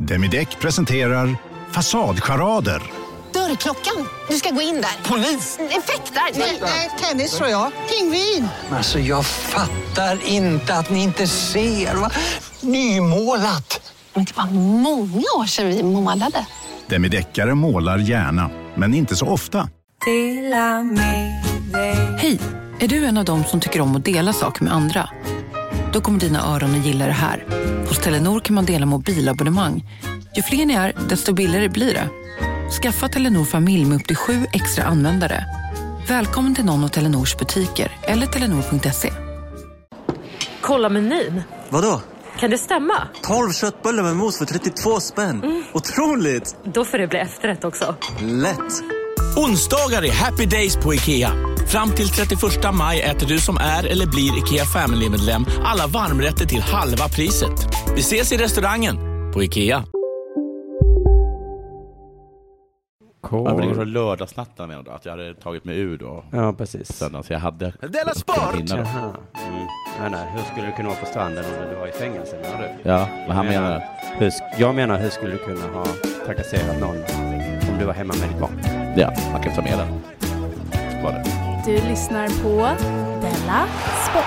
Demideck presenterar Fasadcharader. Dörrklockan. Du ska gå in där. Polis? Effektar? Nej, tennis tror jag. Pingvin. Alltså jag fattar inte att ni inte ser. Va? Nymålat. Men det var många år sedan vi målade. Demideckare målar gärna, men inte så ofta. Hej, är du en av dem som tycker om att dela saker med andra? Då kommer dina öron att gilla det här. Hos Telenor kan man dela mobilabonnemang. Ju fler ni är, desto billigare blir det. Skaffa Telenor familj med upp till 7 extra användare. Välkommen till någon av Telenors butiker eller telenor.se. Kolla menyn. Vadå? Kan det stämma? 12 köttbullar med mos för 32 spänn. Otroligt! Då får det bli efterrätt också. Lätt! Onsdagar är happy days på IKEA. Fram till 31 maj äter du som är eller blir IKEA Family-medlem alla varmrätter till halva priset. Vi ses i restaurangen på IKEA. Jag ville gå lördagsnatten med att jag hade tagit mig ur då. Ja, precis. Sen, så jag hade... Dela sport! Nej, hur skulle du kunna vara på stranden om du var i fängelse? Ja, vad han menar. Hur skulle du kunna ha trakasserat någon om du var hemma med ditt barn? Ja, man kan ta med den. Var det. Du lyssnar på Della Sport.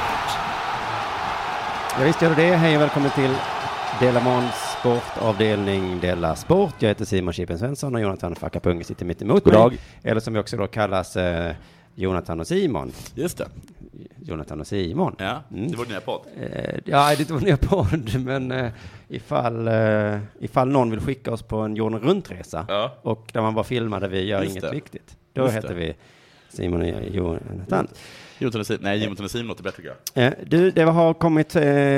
Ja, visst gör det. Hej och välkommen till Della Måns sportavdelning Della Sport. Jag heter Simon Chippen Svensson och Jonathan Fackapunge sitter mitt emot mig. Eller som vi också då kallas Jonathan och Simon. Just det. Jonathan och Simon. Ja, det var din nya podd. Ja, det var en ny podd, men ifall någon vill skicka oss på en jorden runtresa och där man bara filmar där vi gör inget viktigt. Då heter vi Simon och Jonathan. Jonathan och Simon låter bättre tycker jag. Det har kommit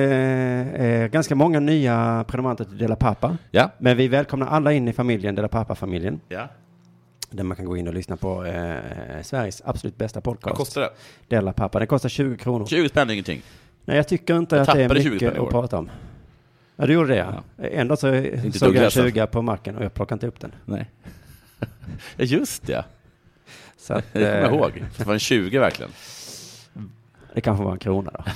ganska många nya prenumeranter till Della Pappa. Ja. Men vi välkomnar alla in i familjen, Della Pappa-familjen. Ja. Där man kan gå in och lyssna på Sveriges absolut bästa podcast. Vad kostar det? Della Pappa. Det kostar 20 kronor. 20 spänn är ingenting. Nej, jag tycker inte att det är mycket att prata om. Ja, du gjorde det, ja. Ändå så såg jag 20 på marken och jag plockade inte upp den. Nej. Ja, just det. Så att, jag kommer ihåg. Det var en 20 verkligen. Det kanske var en krona då.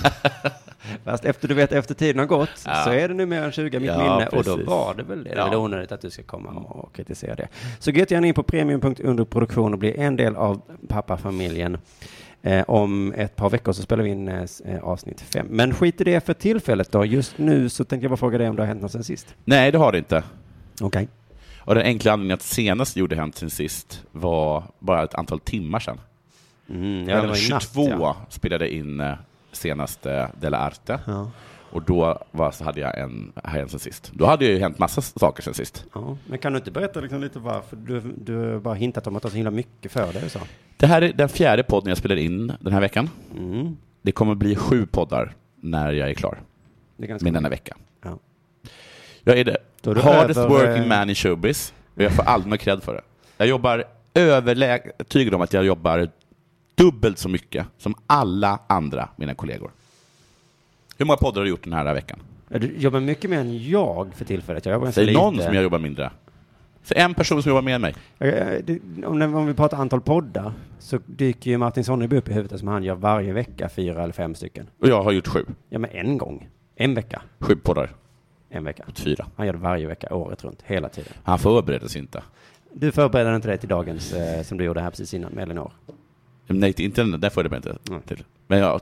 Fast efter tiden har gått så är det nu mer än 20 mitt minne. Precis. Och då var det väl det. Det är onödigt att du ska komma och kritisera det. Så gå gärna in på premium.underproduktion och bli en del av pappafamiljen. Om ett par veckor så spelar vi in avsnitt 5. Men skit i det för tillfället då. Just nu så tänkte jag bara fråga dig om det har hänt något sen sist. Nej, det har det inte. Okej. Och den enkla anledningen att senast gjorde hänt sen sist var bara ett antal timmar sedan. Det var 22 spelade in senaste Della Arte. Ja. Och då hade jag en sen sist. Då hade ju hänt massa saker sen sist. Ja, men kan du inte berätta liksom lite varför du har bara hintat om att det är så himla mycket för dig? Så. Det här är den 4:e podden jag spelar in den här veckan. Det kommer bli 7 poddar när jag är klar med denna vecka. Ja. Jag är det hardest working man in showbiz. Och jag får aldrig cred för det. Jag jobbar övertygad om att jag jobbar dubbelt så mycket som alla andra mina kollegor. Hur många poddar har du gjort den här veckan? Du jobbar mycket mer än jag för tillfället. Det är någon som jag jobbar mindre. Så en person som jobbar med mig. Om vi pratar antal poddar så dyker ju Martin Sonneby upp i huvudet som han gör varje vecka 4 eller 5 stycken. Och jag har gjort 7. Ja, men en gång. En vecka. 7 poddar. En vecka. 4. Han gör det varje vecka, året runt, hela tiden. Han förbereder sig inte. Du förbereder inte det till dagens som du gjorde här precis innan med Elinor? Nej, inte den. Där förbereder jag inte till. Men ja,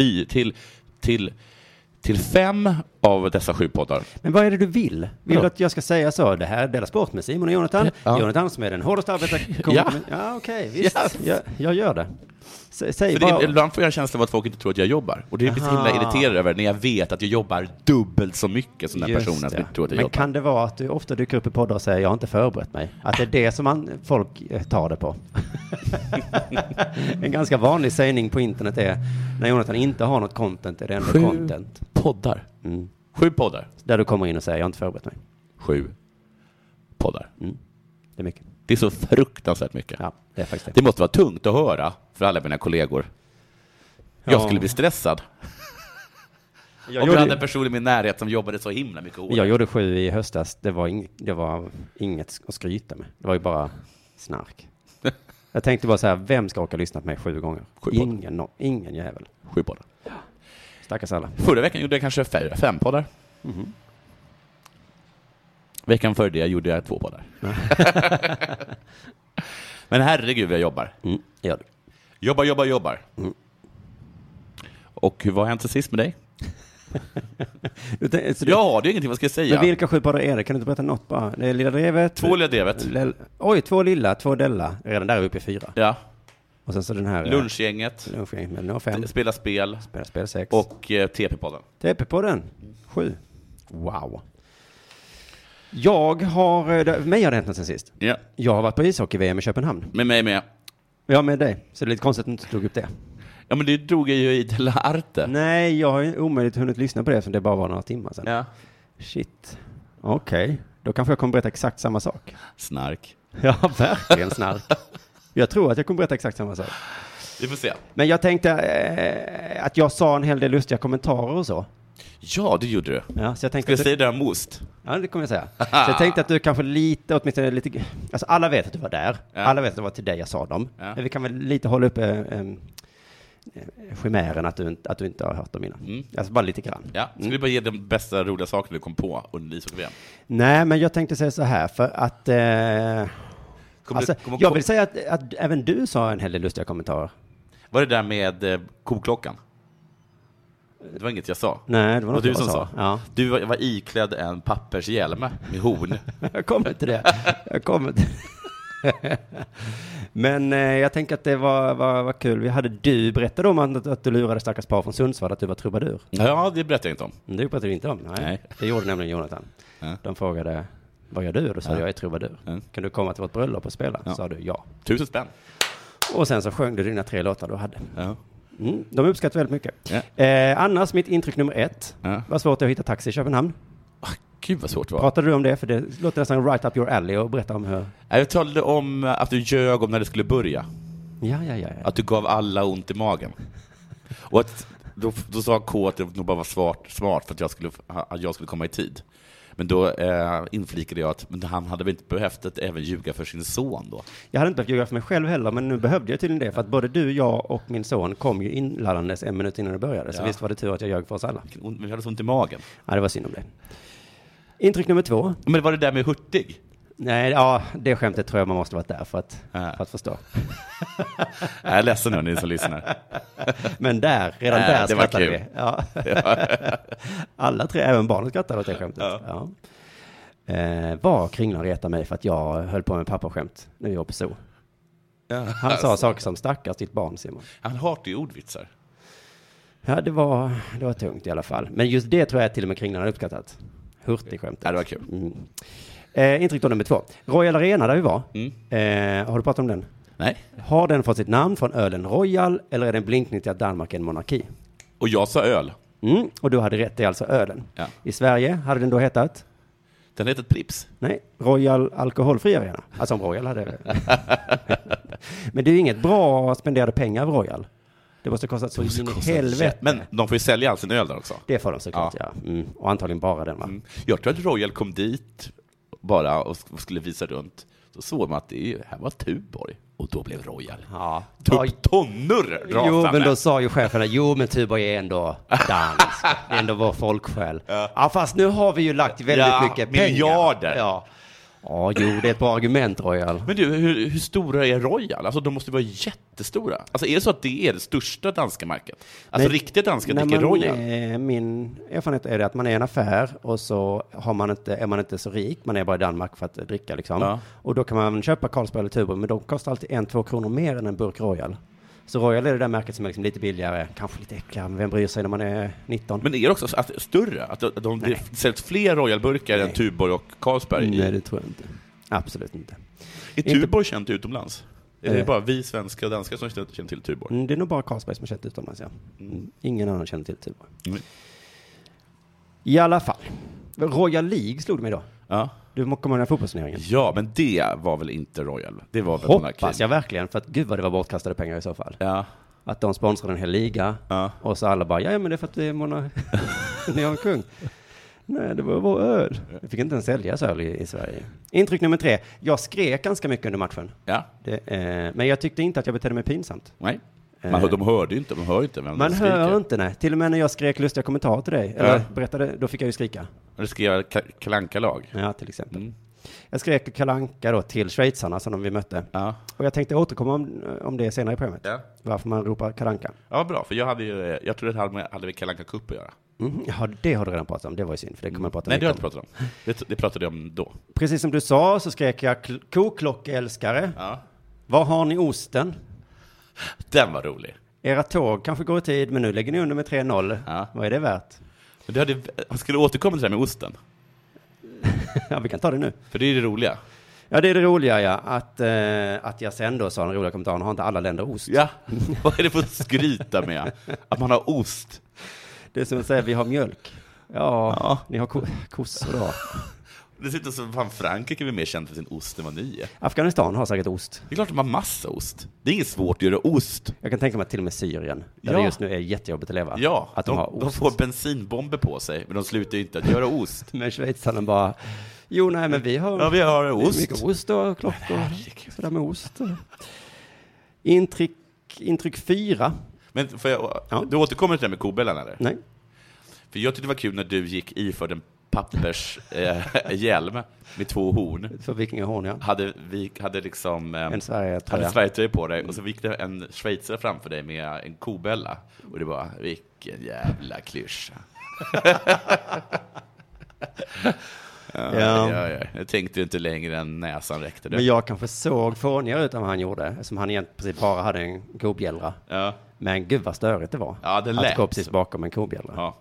till 5 av dessa 7 poddar. Men vad är det du vill? Vill du att jag ska säga så? Det här är Della Sport med Simon och Jonathan. Ja. Jonathan som är den hårdaste arbetarkommunen. Ja, okej. Visst. Yes. Jag gör det. Ibland får jag en känsla av att folk inte tror att jag jobbar. Och det är lite himla irriterad över när jag vet att jag jobbar dubbelt så mycket som den personen som inte tror att jag jobbar. Men kan det vara att du ofta dyker upp i poddar och säger jag har inte förberett mig? Att det är det som folk tar det på? En ganska vanlig sägning på internet är när Jonathan inte har något content är det ändå 7 content. Poddar. 7 poddar. Där du kommer in och säger jag har inte förberett mig. 7 poddar. Det är mycket. Det är så fruktansvärt mycket. Ja, det är faktiskt det måste vara tungt att höra för alla mina kollegor. Jag skulle bli stressad. Om jag hade en person i min närhet som jobbade så himla mycket hårdare. Jag gjorde 7 i höstas. Det var inget att skryta med. Det var ju bara snark. Jag tänkte bara så här, vem ska orka lyssna på mig 7 gånger? Ingen jävel. 7 poddar. Stackars alla. Förra veckan gjorde jag kanske 5 poddar. Veckan före det gjorde jag 2 poddar. Men herregud vad jag jobbar. Gör du? Jobbar. Och vad har hänt till sist med dig? Ja, det är ingenting vad ska jag säga. Men vilka 7 poddar är det? Kan du inte berätta något bara? Det är Lilla Drevet. 2 Lilla Drevet. 2 lilla, 2 Della. Redan där uppe i 4. Ja. Och sen så den här... Lunchgänget. Med 5. Spela spel. 6. Och TP-podden. TP-podden. 7. Wow. Jag har... Mig har det hänt något sen sist. Ja. Jag har varit på ishockey-VM i Köpenhamn. Med mig med. Ja, med dig. Så det är lite konstigt att du inte tog upp det. Ja, men det drog jag ju i Della Arte. Nej, jag har omöjligt hunnit lyssna på det som det bara var några timmar sedan. Ja. Shit. Okej. Då kanske jag kommer berätta exakt samma sak. Snark. Ja, verkligen snark. Jag tror att jag kommer berätta exakt samma sak. Vi får se. Men jag tänkte att jag sa en hel del lustiga kommentarer och så. Ja, det gjorde du. Ja, så jag tänkte ska jag säga det om most? Ja, det kommer jag säga. Så jag tänkte att du kanske åtminstone lite... Alltså alla vet att du var där. Ja. Alla vet att det var till dig jag sa dem. Ja. Men vi kan väl lite hålla upp chimären att du inte har hört dem innan. Alltså bara lite grann. Ja, ska du bara ge de bästa roliga sakerna du kom på under ishockey-VM? Nej, men jag tänkte säga så här för att... jag vill säga att även du sa en hel del lustiga kommentarer. Var det där med koklockan? Det var inget jag sa. Nej, det var något du som sa. Ja. Du var iklädd en pappershjälme med horn. Jag kommer till det. Men jag tänker att det var kul. Du berättade om att du lurade stackars par från Sundsvall att du var trubadur. Ja, det berättade jag inte om. Det berättade du inte om? Nej. Det gjorde nämligen Jonathan. Ja. De frågade, vad gör du? Och då sa jag är trubadur. Kan du komma till vårt bröllop och spela? Sa du ja. 1000 spänn. Och sen så sjöng du dina 3 låtar du hade. Ja. De uppskattar väldigt mycket. Ja. Annars, mitt intryck nummer 1 var svårt att hitta taxi i Köpenhamn. Gud vad svårt det var. Pratade du om det? För det låter nästan right up your alley och berätta om hur... Jag talade om att du ljög om när det skulle börja. Ja. Att du gav alla ont i magen. Och att då sa K att det nog bara var smart för att jag skulle komma i tid. Men då inflikade jag att han hade väl inte behövt även ljuga för sin son då. Jag hade inte behövt ljuga för mig själv heller, men nu behövde jag tydligen det. För att både du, jag och min son kom ju inladdandes 1 minut innan det började. Så visst var det tur att jag ljög för oss alla. Men vi hade så ont i magen. Ja, det var synd om det. Intryck nummer 2. Men var det där med hurtig? Nej, ja, det skämtet tror jag man måste varit där för att förstå. Jag är ledsen nu, ni som lyssnar. Men redan där skrattade vi. Ja. Alla 3, även barnen skrattade åt det skämtet. Ja. Var Kringlan retade mig för att jag höll på med pappaskämt när vi var på zoo. Ja, han sa saker som stackars ditt barn, Simon. Han hatar ju ordvitsar. Ja, det var tungt i alla fall. Men just det tror jag till och med Kringlan har uppskattat. Hurtig-skämtet. Ja, det var kul. Intryck nummer 2. Royal Arena där vi var. Har du pratat om den? Nej. Har den fått sitt namn från ölen Royal eller är det en blinkning till att Danmark är en monarki? Och jag sa öl. Och du hade rätt, det är alltså ölen. Ja. I Sverige hade den då hetat? Den hetat Prips. Nej, Royal Alkoholfri Arena. Alltså om Royal hade... Men det är ju inget bra spenderade pengar av Royal. Det måste kosta så in i helvete. Men de får ju sälja all sin öl där också. Det får de såklart, ja. Och antagligen bara den, va? Jag tror att Royal kom dit bara och skulle visa runt. Så såg man att det här var Tuborg. Och då blev Royal. Ja. Tonnor rasande. Jo, men då sa ju cheferna, men Tuborg är ändå dansk. Det är ändå vår folksjäl. Ja, fast nu har vi ju lagt väldigt mycket pengar. Miljarder. Ja, det är ett bra argument, Royal. Men du, hur stora är Royal? Alltså, de måste vara jättestora. Alltså, är det så att det är det största danska märket? Alltså, riktigt danska dricker Royal? Min erfarenhet är det att man är en affär och så är man inte så rik. Man är bara i Danmark för att dricka, liksom. Ja. Och då kan man köpa Carlsberg eller Tuborg, men de kostar alltid 1-2 kronor mer än en burk Royal. Så Royal är det där märket som är liksom lite billigare, kanske lite äckligare, men vem bryr sig när man är 19? Men är det också större? Att de säljs fler Royal-burkar än Tuborg och Carlsberg? Nej, det tror jag inte. Absolut inte. Är Tuborg känt utomlands? Är det bara vi svenska och danskar som känner till Tuborg? Det är nog bara Carlsberg som är känt utomlands, ja. Ingen annan känner till Tuborg. I alla fall. Royal League slog de mig då. Ja. Du kommer med den här fotbollsturneringen. Ja, men det var väl inte Royal. Det var väl hoppas jag verkligen, för att gud vad det var bortkastade pengar i så fall. Ja. Att de sponsrade en hel liga. Ja. Och så alla bara, men det är för att vi ni har en kung. Nej, det var vår öl. Vi fick inte ens sälja öl i Sverige. Intryck nummer 3. Jag skrek ganska mycket under matchen. Ja. Men jag tyckte inte att jag betedde mig pinsamt. Nej. De hörde ju inte, man hör inte. Man hör inte, nej. Till och med när jag skrek lustiga kommentarer till dig, eller berättade, då fick jag ju skrika. Och det skrev Kalanka-lag. Ja, till exempel. Jag skrek Kalanka då till schweizarna som vi mötte. Ja. Och jag tänkte återkomma om det senare i programmet. Ja. Varför man ropar Kalanka. Ja, bra. För jag tror att det hade med Kalanka Cup att göra. Ja, det har du redan pratat om. Det var ju synd, för det kommer jag prata om. Nej, det har jag inte pratat om. Det pratade jag om då. Precis som du sa så skrek jag koklockelskare. Ja. Var har ni osten? Den var rolig. Era tåg kanske går i tid, men nu lägger ni under med 3-0. Ja. Vad är det värt? Men han skulle återkomma till det här med osten. Ja, vi kan ta det nu. För det är det roliga. Ja, det är det roliga, ja. Att jag sen då sa den roliga kommentaren, har inte alla länder ost? Ja, vad är det för att skryta med? Att man har ost. Det är som att säga, vi har mjölk. Ja. Ni har kossor då. Dessutom så fan Frankrike är mer känt för sin ost än vad ni är. Afghanistan har säkert ost. Det är klart att de har massa ost. Det är inget svårt att göra ost. Jag kan tänka mig att till och med Syrien, där det just nu är jättejobbigt att leva. Ja, att de har ost. De får bensinbomber på sig, men de slutar ju inte att göra ost. Men schweizarna bara, men vi har... vi har ost. Mycket ost och klockor. Sådär med ost. Intryck 4. Men du återkommer till det med kobällan, eller? Nej. För jag tyckte det var kul när du gick i för den pappershjälm med 2 horn. För vikingahorn, ja. Hade liksom en Sverige-tröja. Sverige-tröja på dig, och så gick det en schweizare framför dig med en kobälla. Och det var, vilken jävla klyscha. Ja. Jag tänkte inte längre än näsan räckte det. Men jag kanske såg fånigare ut än vad han gjorde, som han egentligen bara hade en kobjällra. Ja. Men gud vad störigt det var. Ja, det lät. Att gå precis bakom en kobjällra. Ja.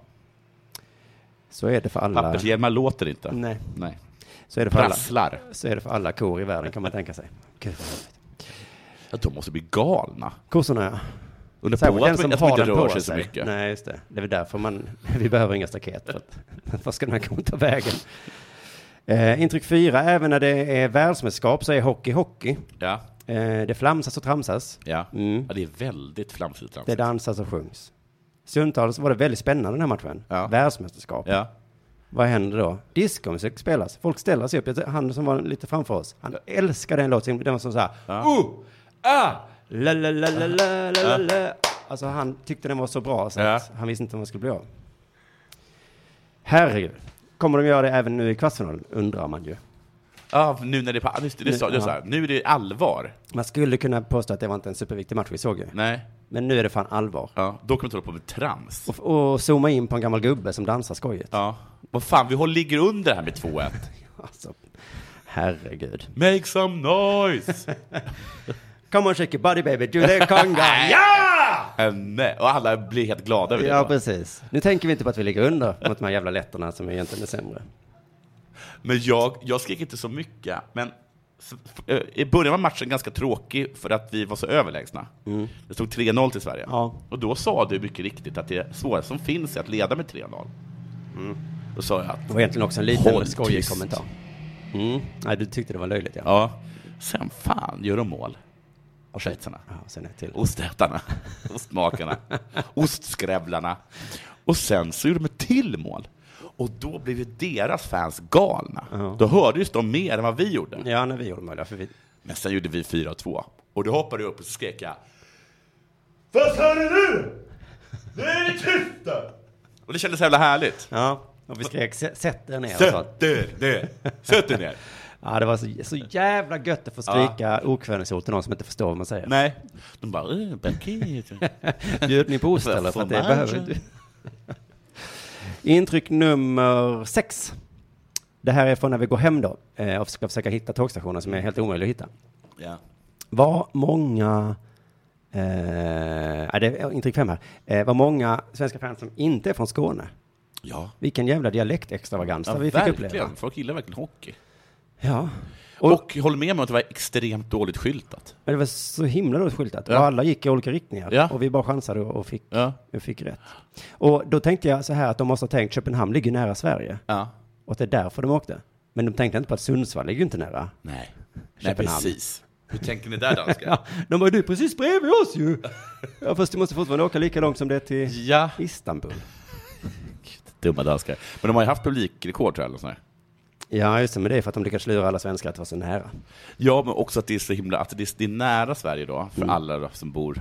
Så är det för alla. Pappershjälmar låter inte. Nej. Så är det för prasslar. Så är det för alla kor i världen, kan man tänka sig. Gud. Ja, de måste bli galna. Kossorna, ja. Under på att de inte rör sig så mycket. Nej, just det. Det är därför vi behöver inga staket. Vad ska den här kon ta vägen? Intryck 4. Även när det är världsmästerskap så är hockey. Ja. Det flamsas och tramsas. Ja, ja, det är väldigt flamsigt och tramsigt. Det dansas och sjungs. Stundtals var det väldigt spännande den här matchen. Ja. Världsmästerskap. Ja. Vad händer då? Discomusik spelas. Folk ställer sig upp. Han som var lite framför oss, han älskade den låten. Den var som så här. La la la la la la la. Alltså han tyckte den var så bra så att han visste inte om man skulle bli av. Herregud. Kommer de göra det även nu i kvartsfinalen? Undrar man ju. Ja, nu när det är så här, nu är det allvar. Man skulle kunna påstå att det var inte en superviktig match vi såg ju. Nej. Men nu är det fan allvar. Ja, då kommer vi ta på med trams. Och zooma in på en gammal gubbe som dansar skojigt. Ja. Vad fan, vi ligger under här med 2-1. Alltså, herregud. Make some noise! Come on, shake your body baby, do the conga. Ja! Nej, och alla blir helt glada över det. Ja, precis. Nu tänker vi inte på att vi ligger under mot de här jävla letterna som egentligen är sämre. Men jag skrek inte så mycket. Men i början var matchen ganska tråkig för att vi var så överlägsna. Det stod 3-0 till Sverige. Ja. Och då sa du mycket riktigt att det svåra som finns är att leda med 3-0. Då sa jag att det var egentligen också en liten skojig kommentar. Nej, du tyckte det var löjligt, ja. Ja. Sen fan gör de mål. Och schweizarna. Ja, sen är till. Ostätarna. Ostmakarna. Ostskrävlarna. Och sen så gjorde de ett till mål. Och då blev ju deras fans galna. Då hörde just de mer än vad vi gjorde. Ja, när vi gjorde mål. Men sen gjorde vi 4-2. Och då hoppade jag upp och så skrek jag: vad sa du nu? Det är tyst där! Och det kändes så jävla härligt. Ja, och vi skrek sätt er ner. Sätt er ner. Ja, det var så jävla gött att få skrika okvädningsord till någon som inte förstår vad man säger. Nej. De bara, Beckit. Bjöd ni på ost eller? För att det behöver inte. Intryck nummer 6. Det här är från när vi går hem då. Och ska försöka hitta tågstationer som är helt omöjliga att hitta. Ja. Var många... det är intryck 5 här. Var många svenska fans som inte är från Skåne. Ja. Vilken jävla dialektextravagans vi fick uppleva. Folk gillar verkligen hockey. Ja. Och håller med mig att det var extremt dåligt skyltat. Men det var så himla dåligt skyltat. Ja. Och alla gick i olika riktningar. Ja. Och vi bara chansade och fick rätt. Och då tänkte jag så här att de måste ha tänkt Köpenhamn ligger nära Sverige. Ja. Och det är därför de åkte. Men de tänkte inte på att Sundsvall ligger inte nära. Nej, precis. Hur tänker ni där, danska? Ja, de var ju precis bredvid oss ju. Ja, fast du måste fortfarande åka lika långt som det är till Istanbul. Dumma danskar. Men de har ju haft publikrekord, tror jag. Eller sådär. Ja, just det, men det är för att de lyckas lura alla svenskar att vara så nära. Ja, men också att det är så himla, att det är nära Sverige då, för alla då, som bor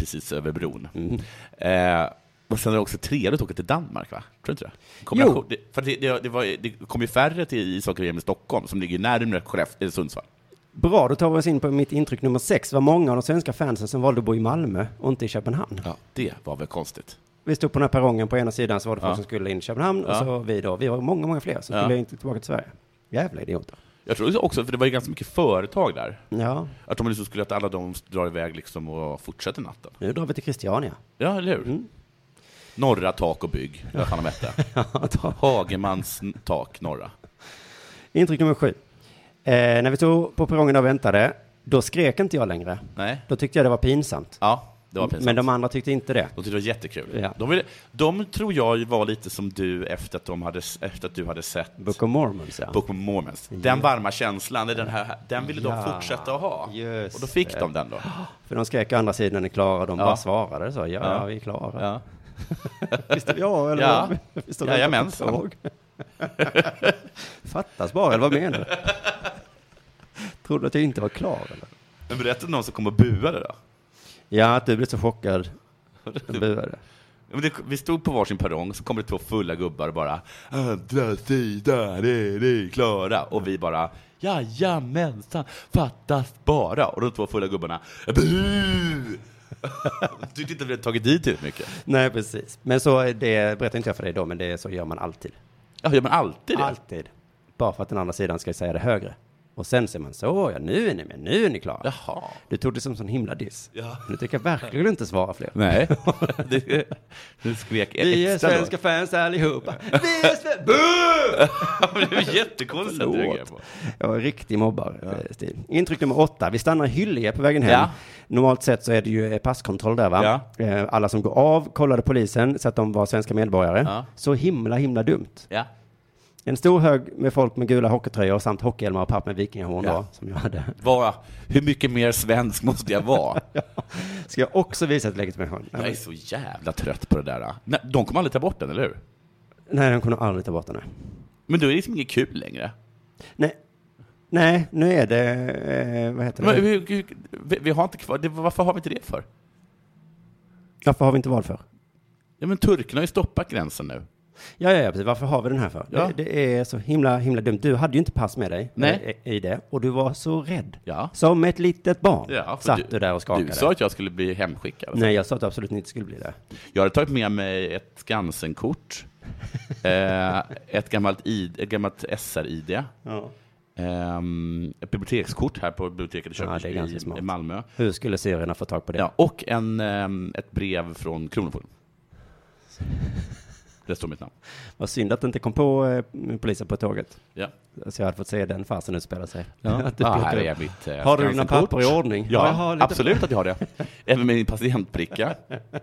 precis över bron. Och sen är det också trevligt att åka till Danmark, va? Tror du inte det? Det kom ju färre till ishockey-VM i Stockholm som ligger närmare Skellefteå eller Sundsvall. Bra, då tar vi oss in på mitt intryck nummer 6. Det var många av de svenska fansen som valde att bo i Malmö och inte i Köpenhamn. Ja, det var väl konstigt. Vi stod på den här perrongen på ena sidan, så var det folk som skulle in i Köpenhamn och så vi var många fler som skulle inte tillbaka till Sverige. Jävla idioter. Jag tror också, för det var ju ganska mycket företag där. Ja. Att de liksom skulle att alla de drar iväg liksom och fortsätter natten. Nu drar vi till Christiania. Ja, eller hur? Norra tak och bygg. Vad fan de hette? Hagemans tak, norra. Intryck nummer 7. När vi stod på perrongen och väntade, då skrek inte jag längre. Nej. Då tyckte jag det var pinsamt. Ja, det var pinsamt. Men de andra tyckte inte det. De tyckte det var jättekul. Ja. De tror jag var lite som du efter att du hade sett Book of Mormons. Ja. Book of Mormons. Den varma känslan, den ville de fortsätta att ha. Och då fick de den då. För de skrek andra sidan, ni klara, och de bara svarade så. Ja, vi är klara. Ja. Visst är jag, eller? Ja, jajamensan. Fattas bara, eller vad menar du? Tror du att jag inte var klar, eller? Men berätta någon som kom och buade då? Ja, att du blev så chockad. Jag buade. Vi stod på varsin perrong, så kom det 2 fulla gubbar och bara andra sidan, det är klara. Och vi bara, jajamensan, fattas bara. Och de 2 fulla gubbarna, buh! Du tyckte inte vi hade tagit dit tillräckligt mycket. Nej, precis. Men så, det berättar inte jag för dig då, men så gör man alltid. Ja, gör man alltid det? Alltid. Bara för att den andra sidan ska säga det högre. Och sen ser man så, nu är ni med, nu är ni klara. Jaha. Du tog det som sån himla diss. Ja. Nu tycker jag verkligen inte svara fler. Nej. Du skrek extra. Vi är svenska fans allihopa. Vi är svenska... Buh! Det är jättekonstigt att reagera på. Jag var riktig mobbar-stil. Intryck nummer 8. Vi stannar i Hyllie på vägen hem. Ja. Normalt sett så är det ju passkontroll där, va? Ja. Alla som går av kollade polisen så att de var svenska medborgare. Ja. Så himla dumt. Ja. En stor hög med folk med gula hockeytröjor samt hockeyhjälmar och papp med vikingahorn då, som jag hade. Hur mycket mer svensk måste jag vara? Ska jag också visa ett legitimation? Jag är så jävla trött på det där. Nej, de kommer aldrig ta bort den, eller hur? Nej, de kommer aldrig ta bort den. Men då är det liksom inget kul längre. Nej, nu är det... vad heter det? Vi har inte kvar... Varför har vi inte det för? Varför har vi inte vad för? Ja, men turkarna har ju stoppat gränsen nu. Ja, precis. Varför har vi den här för? Ja. Det är så himla dumt. Du hade ju inte pass med dig i det. Och du var så rädd. Ja. Som ett litet barn. Ja, satt du där och skakade. Du sa att jag skulle bli hemskickad. Alltså. Nej, jag sa att du absolut inte skulle bli det. Jag hade tagit med mig ett Skansen-kort. Ett gammalt SR-ID. Ja. Ett bibliotekskort här på biblioteket i Malmö. Hur skulle syrierna få tag på det? Ja, och ett brev från Kronofogden. Det står mitt namn. Vad synd att det inte kom på polisen på tåget. Ja. Så jag hade fått se den farsen utspela sig. Ja. Här är mitt har du dina papper i ordning? Ja, absolut att jag har det. Även med min patientbricka.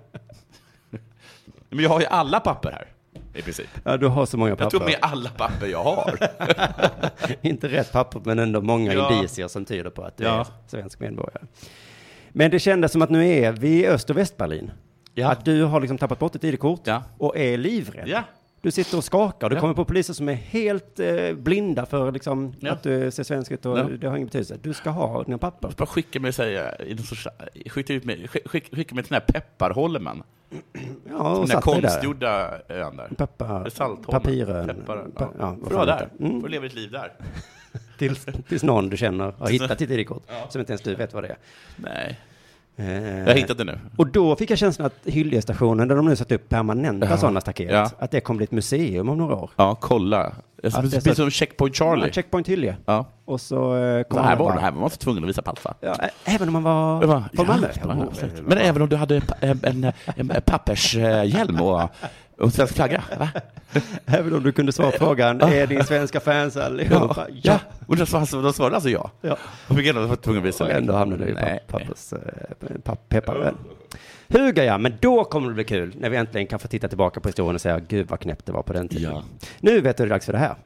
Men jag har ju alla papper här, i princip. Ja, du har så många papper. Jag tog med alla papper jag har. Inte rätt papper, men ändå många indicier som tyder på att du är svensk medborgare. Men det kändes som att nu är vi i Öst- och Västberlin. Ja. Att du har liksom tappat bort ett ID-kort och är livrädd. Ja. Du sitter och skakar. Du kommer på poliser som är helt blinda för liksom, att du ser svensk ut och det har ingen betydelse. Du ska ha dina papper. Bara skicka mig till den här Pepparholmen. Ja, och den konstgjorda ön där. Papirön. Får du där? Får du leva ett liv där. Tills någon du känner har hittat ditt ID-kort som inte ens du vet vad det är. Nej. Jag har hittat det nu. Och då fick jag känslan att Hyllestationen, där de nu satt upp permanenta sådana staket, att det kommer bli ett museum om några år. Ja, kolla. Det blir som Checkpoint Charlie. Ja, Checkpoint Hyllie. Ja. Och så kommer här var man tvungen att visa pass, va? Ja, även om man var från Malmö. Men även om du hade en pappershjälm och svensk flagga, va? Även om du kunde svara på frågan, är din svenska fans allihopa? Ja. Och då svarade alltså ja. Och fick ändå tvungen att visa. Och ändå hamnade du i pepparön. Huga, ja, men då kommer det bli kul när vi äntligen kan få titta tillbaka på historien och säga, gud vad knäppt det var på den tiden. Ja. Nu vet du, det är dags för det här.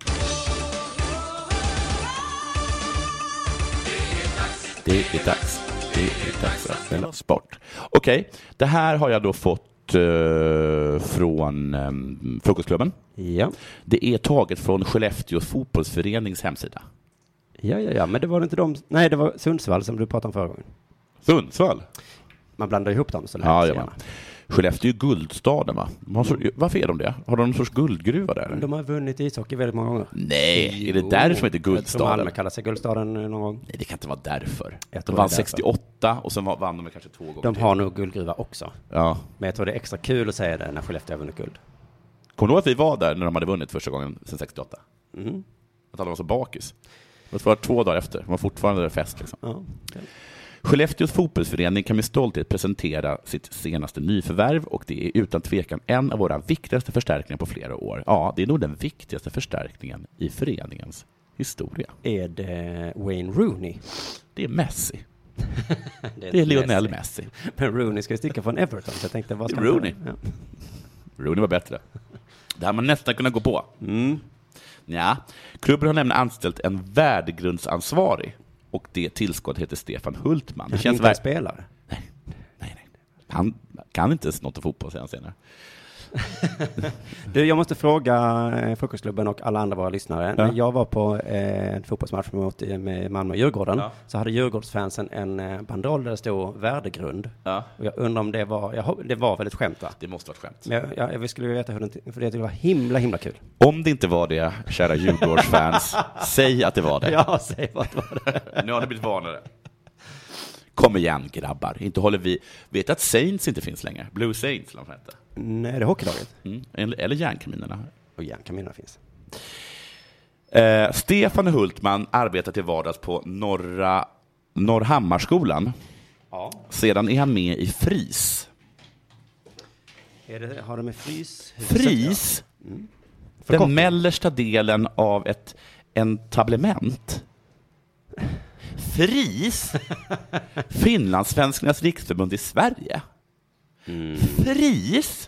Det är dags att spela sport. Okej, det här har jag då fått från Frukostklubben. Ja. Det är taget från Skellefteå fotbollsförenings hemsida. Ja, men det var inte de... Nej, det var Sundsvall som du pratade om förra gången. Sundsvall? Man blandar ihop dem så lätt. Ja. Skellefteå är ju guldstaden, va? Varför är de det? Har de någon sorts guldgruva där? De har vunnit ishockey väldigt många gånger. Nej, är det därför som heter guldstaden? Jag tror Malmö kallar sig guldstaden någon gång. Nej, det kan inte vara därför. De vann 68 och sen vann de kanske 2 gånger. De har nog guldgruva också. Ja. Men jag tror det är extra kul att säga det när Skellefteå har vunnit guld. Kommer du ihåg att vi var där när de hade vunnit första gången sen 68? Att alla var så bakis. Det var 2 dagar efter. Det var fortfarande fest liksom. Ja, okay. Skellefteås fotbollsförening kan med stolthet presentera sitt senaste nyförvärv och det är utan tvekan en av våra viktigaste förstärkningar på flera år. Ja, det är nog den viktigaste förstärkningen i föreningens historia. Är det Wayne Rooney? Det är Messi. Det är Lionel Messi. Men Rooney ska ju sticka från Everton. Så jag tänkte, vad ska Rooney. Rooney var bättre. Det här man nästan kunna gå på. Ja, klubben har nämligen anställt en värdegrundsansvarig. Och det tillskott heter Stefan Hultman. Det känns inte spelare. Nej. Han kan inte ens något fotboll senare. Du, jag måste fråga Frukostklubben och alla andra våra lyssnare. När jag var på en fotbollsmatch med Malmö och Djurgården så hade Djurgårdsfansen en banderoll där det stod värdegrund. Ja. Och jag undrar om det var väl ett skämt, va? Det måste vara ett skämt. Men jag skulle veta hur det, för det var himla kul. Om det inte var det, kära Djurgårdsfans, säg att det var det. Ja, säg vad det var det. Nu har det blivit vanligare. Kom igen, grabbar. Inte håller vi... Vet att Saints inte finns längre? Blue Saints, eller vad det heter. Nej, det är hockeylaget. Eller Järnkaminerna. Och Järnkaminerna finns. Stefan Hultman arbetar till vardags på Norrhammarskolan. Ja. Sedan är han med i FRIS. Har de med FRIS? FRIS? Den mellersta delen av ett entablement. FRIS? Finlandssvenskarnas riksförbund i Sverige. FRIS?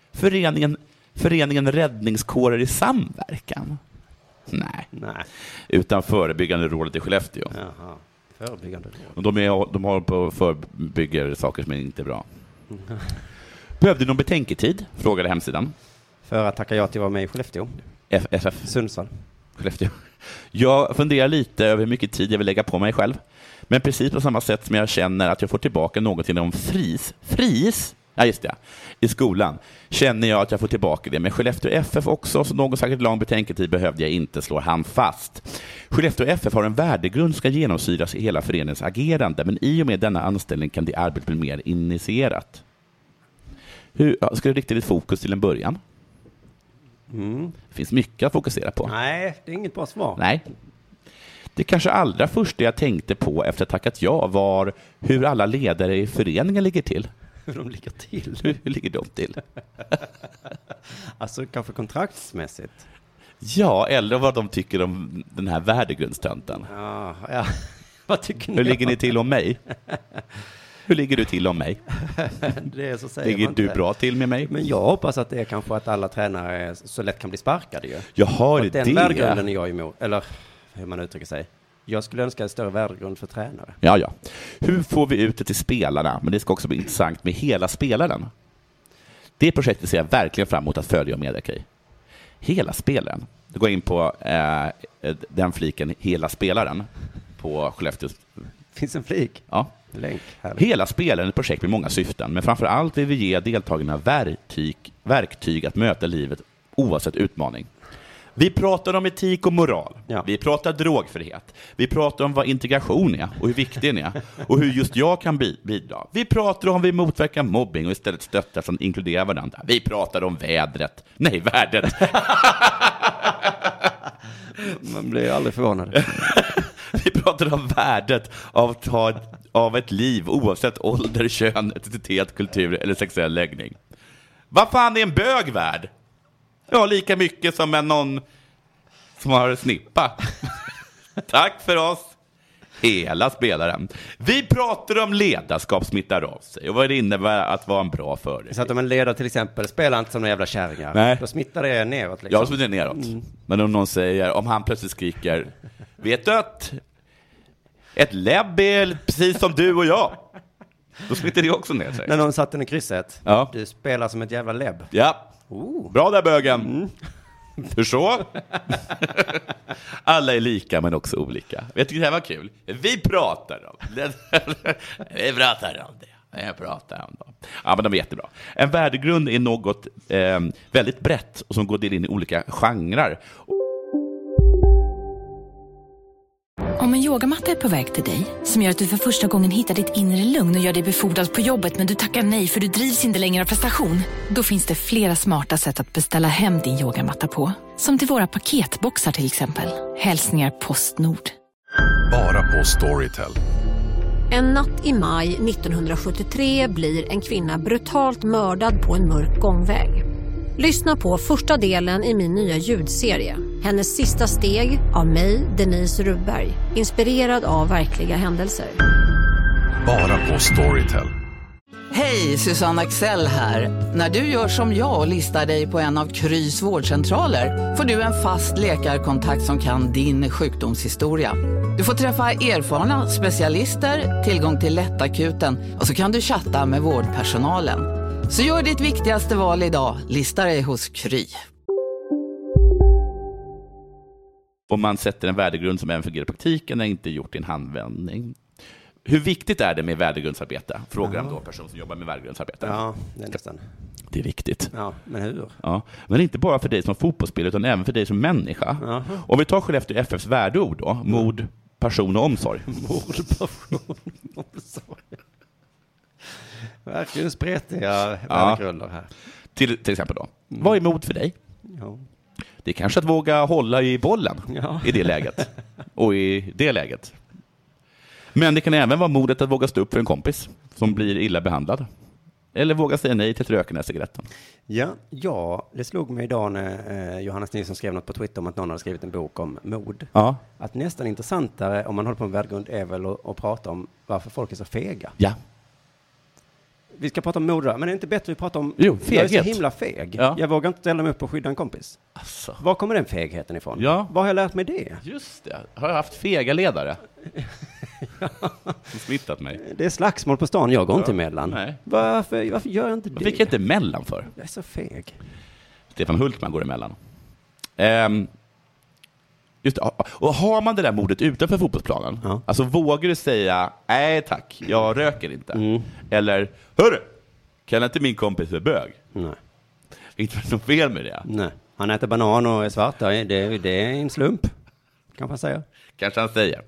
Föreningen Räddningskårer i samverkan. Nej. Utan förebyggande rådet i Skellefteå. Jaha. Förebyggande råd. Och de har på förebygger saker som inte är bra. Behövde du någon betänketid? Frågade hemsidan. För att tacka ja till att vara med i Skellefteå. FF. Sundsvall. Skellefteå. Jag funderar lite över hur mycket tid jag vill lägga på mig själv. Men precis på samma sätt som jag känner att jag får tillbaka någonting om FRIS? Ja, just det. I skolan känner jag att jag får tillbaka det. Men Skellefteå FF också, så någon särskilt lång betänketid behövde jag inte, slå han fast. Skellefteå FF har en värdegrund som ska genomsyras i hela föreningens agerande. Men i och med denna anställning kan det arbetet bli mer initierat. Ska du rikta ditt fokus till en början? Det finns mycket att fokusera på. Nej, det är inget bra svar. Nej. Det kanske allra första jag tänkte på efter att tackat ja var hur alla ledare i föreningen ligger till. Hur de ligger till? Hur ligger de till? Alltså kanske kontraktsmässigt. Ja, eller vad de tycker om den här värdegrundstönten. Ja. Vad tycker ni? Hur ligger ni till om mig? Hur ligger du till om mig? Det är så säger ligger man du inte. bra till med mig? Men jag hoppas att det är kanske att alla tränare så lätt kan bli sparkade ju. Jag har det. Den värdegrunden är jag emot. Eller hur man uttrycker sig. Jag skulle önska en större värdegrund för tränare. Ja. Hur får vi ut det till spelarna? Men det ska också bli intressant med hela spelaren. Det projektet ser jag verkligen fram emot att följa och medverka i. Hela spelaren. Du går in på den fliken, hela spelaren, på Skellefteå. Finns en flik? Ja. Länk. Hela spelaren är ett projekt med många syften, men framför allt vill vi ge deltagarna verktyg att möta livet oavsett utmaning. Vi pratar om etik och moral. Ja. Vi pratar drogfrihet. Vi pratar om vad integration är och hur viktig den är. Och hur just jag kan bidra. Vi pratar om vi motverkar mobbing och istället stöttar som inkluderar varandra. Vi pratar om värdet. Man blir aldrig förvånad. Vi pratar om värdet av ett liv oavsett ålder, kön, etnicitet, kultur eller sexuell läggning. Vad fan är en bög värd? Ja, lika mycket som någon som har snippa. Tack för oss. Hela spelaren. Vi pratar om ledarskap smittar av sig och vad det innebär att vara en bra förebild. Så att om en ledare till exempel spelar inte som några jävla kärringar, nej, då smittar det neråt liksom. Ja, då smittar det neråt. Men om någon säger, om han plötsligt skriker, vet du att ett läbb är precis som du och jag, då smittar det också ner sig. När någon satt den i krysset, ja. Du spelar som ett jävla läbb. Ja, bra där bögen. Hur så? Alla är lika men också olika. Vet du, det här var kul. Vi pratar om det. jag pratar om dem. Ja, men de är jättebra. En värdegrund är något väldigt brett och som går in i olika genrer. Om en yogamatta är på väg till dig, som gör att du för första gången hittar ditt inre lugn och gör dig befordrad på jobbet men du tackar nej för du drivs inte längre av prestation, då finns det flera smarta sätt att beställa hem din yogamatta på. Som till våra paketboxar till exempel. Hälsningar Postnord. Bara på Storytel. En natt i maj 1973 blir en kvinna brutalt mördad på en mörk gångväg. Lyssna på första delen i min nya ljudserie. Hennes sista steg av mig, Denise Rubberg. Inspirerad av verkliga händelser. Bara på Storytel. Hej, Susanne Axel här. När du gör som jag och listar dig på en av Krys vårdcentraler får du en fast läkarkontakt som kan din sjukdomshistoria. Du får träffa erfarna specialister, tillgång till lättakuten och så kan du chatta med vårdpersonalen. Så gör ditt viktigaste val idag. Lista dig hos Kry. Om man sätter en värdegrund som även fungerar i praktiken är inte gjort i en handvändning. Hur viktigt är det med värdegrundsarbete? Frågar en person som jobbar med värdegrundsarbete. Ja, det är nästan. Det är viktigt. Ja, men hur? Ja, men inte bara för dig som fotbollsspelare utan även för dig som människa. Aha. Om vi tar Skellefteå FFs värdeord då. Mod, passion och omsorg. Mod, passion och omsorg. Verkligen spretiga värdegrunder här. Till exempel då. Vad är mod för dig? Ja. Det är kanske att våga hålla i bollen i det läget. Och i det läget. Men det kan även vara modet att våga stå upp för en kompis som blir illa behandlad. Eller våga säga nej till ett röken i cigaretten. Ja, det slog mig idag när Johannes Nilsson skrev något på Twitter om att någon hade skrivit en bok om mod. Ja. Att nästan intressantare om man håller på med värdegrund är väl att prata om varför folk är så fega. Ja. Vi ska prata om mod, men det är inte bättre att prata om feghet. Jag är så himla feg. Ja. Jag vågar inte ställa mig upp och skydda en kompis. Alltså. Var kommer den fegheten ifrån? Ja. Var har jag lärt mig det? Just det. Har jag haft fega ledare? Som smittat mig. Det är slagsmål på stan, jag går inte emellan. Nej. Varför gör jag inte det? Varför fick jag inte emellan för? Jag är så feg. Stefan Hultman går emellan. Just det. Och har man det där modet utanför fotbollsplanen, alltså vågar du säga nej tack, jag röker inte. Eller, hörru, kan inte min kompis vara bög? Nej. Inte för något fel med det. Nej. Han äter banan och är svart. Det är en slump, kan man säga. Kanske han säger.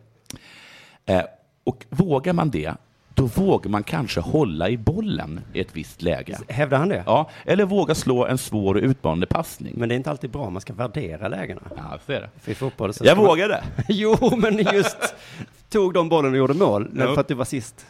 Och vågar man det, då vågar man kanske hålla i bollen i ett visst läge. Hävdar han det? Ja, eller våga slå en svår och utmanande passning. Men det är inte alltid bra, man ska värdera lägena. Ja, så är det. För fotboll, så jag vågade. Jo, men just tog de bollen och gjorde mål för att du var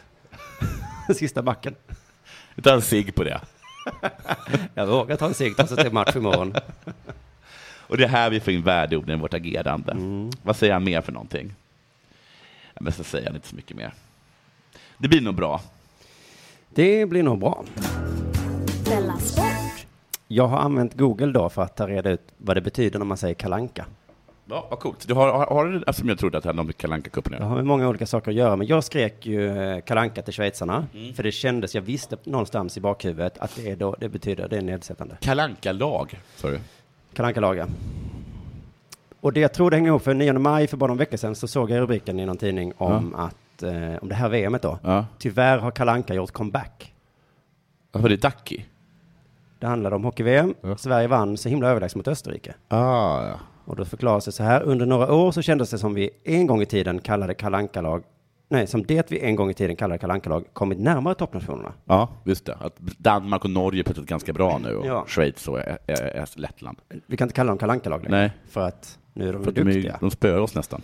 sista backen. Du tar en cigg på det. Jag vågar ta en cigg till match imorgon. Och det är här vi får in värdeorden i vårt agerande. Vad säger han mer för någonting? Ja, men så säger han inte så mycket mer. Det blir nog bra. Det blir nog bra. Della Sport. Jag har använt Google då för att ta reda ut vad det betyder när man säger kalanka. Ja, vad coolt. Du har du, alltså, jag trodde att det hade något med kalanka-kuppen. Jag har med många olika saker att göra, men jag skrek ju kalanka till schweizarna. För det kändes, jag visste någonstans i bakhuvudet att det betyder, det är nedsättande. Kalanka-lag, sa du? Kalanka-lag, ja. Och det jag tror det hänger ihop, för 9 maj för bara någon vecka sedan så såg jag rubriken i någon tidning om att om det här VMet då. Ja. Tyvärr har Kalanka gjort comeback. Varför är det Ducky? Det handlade om hockey-VM. Ja. Sverige vann så himla överlägset mot Österrike. Ja. Och då förklaras det så här. Under några år så kändes det som vi en gång i tiden kallade Kalanka-lag. Nej, som det vi en gång i tiden kallade Kalanka-lag kommit närmare toppnationerna. Ja, just det. Att Danmark och Norge plötsligt ganska bra nu. Och Schweiz och Lettland. Vi kan inte kalla dem Kalanka-lag längre. Nej. För att nu är de duktiga. De spöar oss nästan.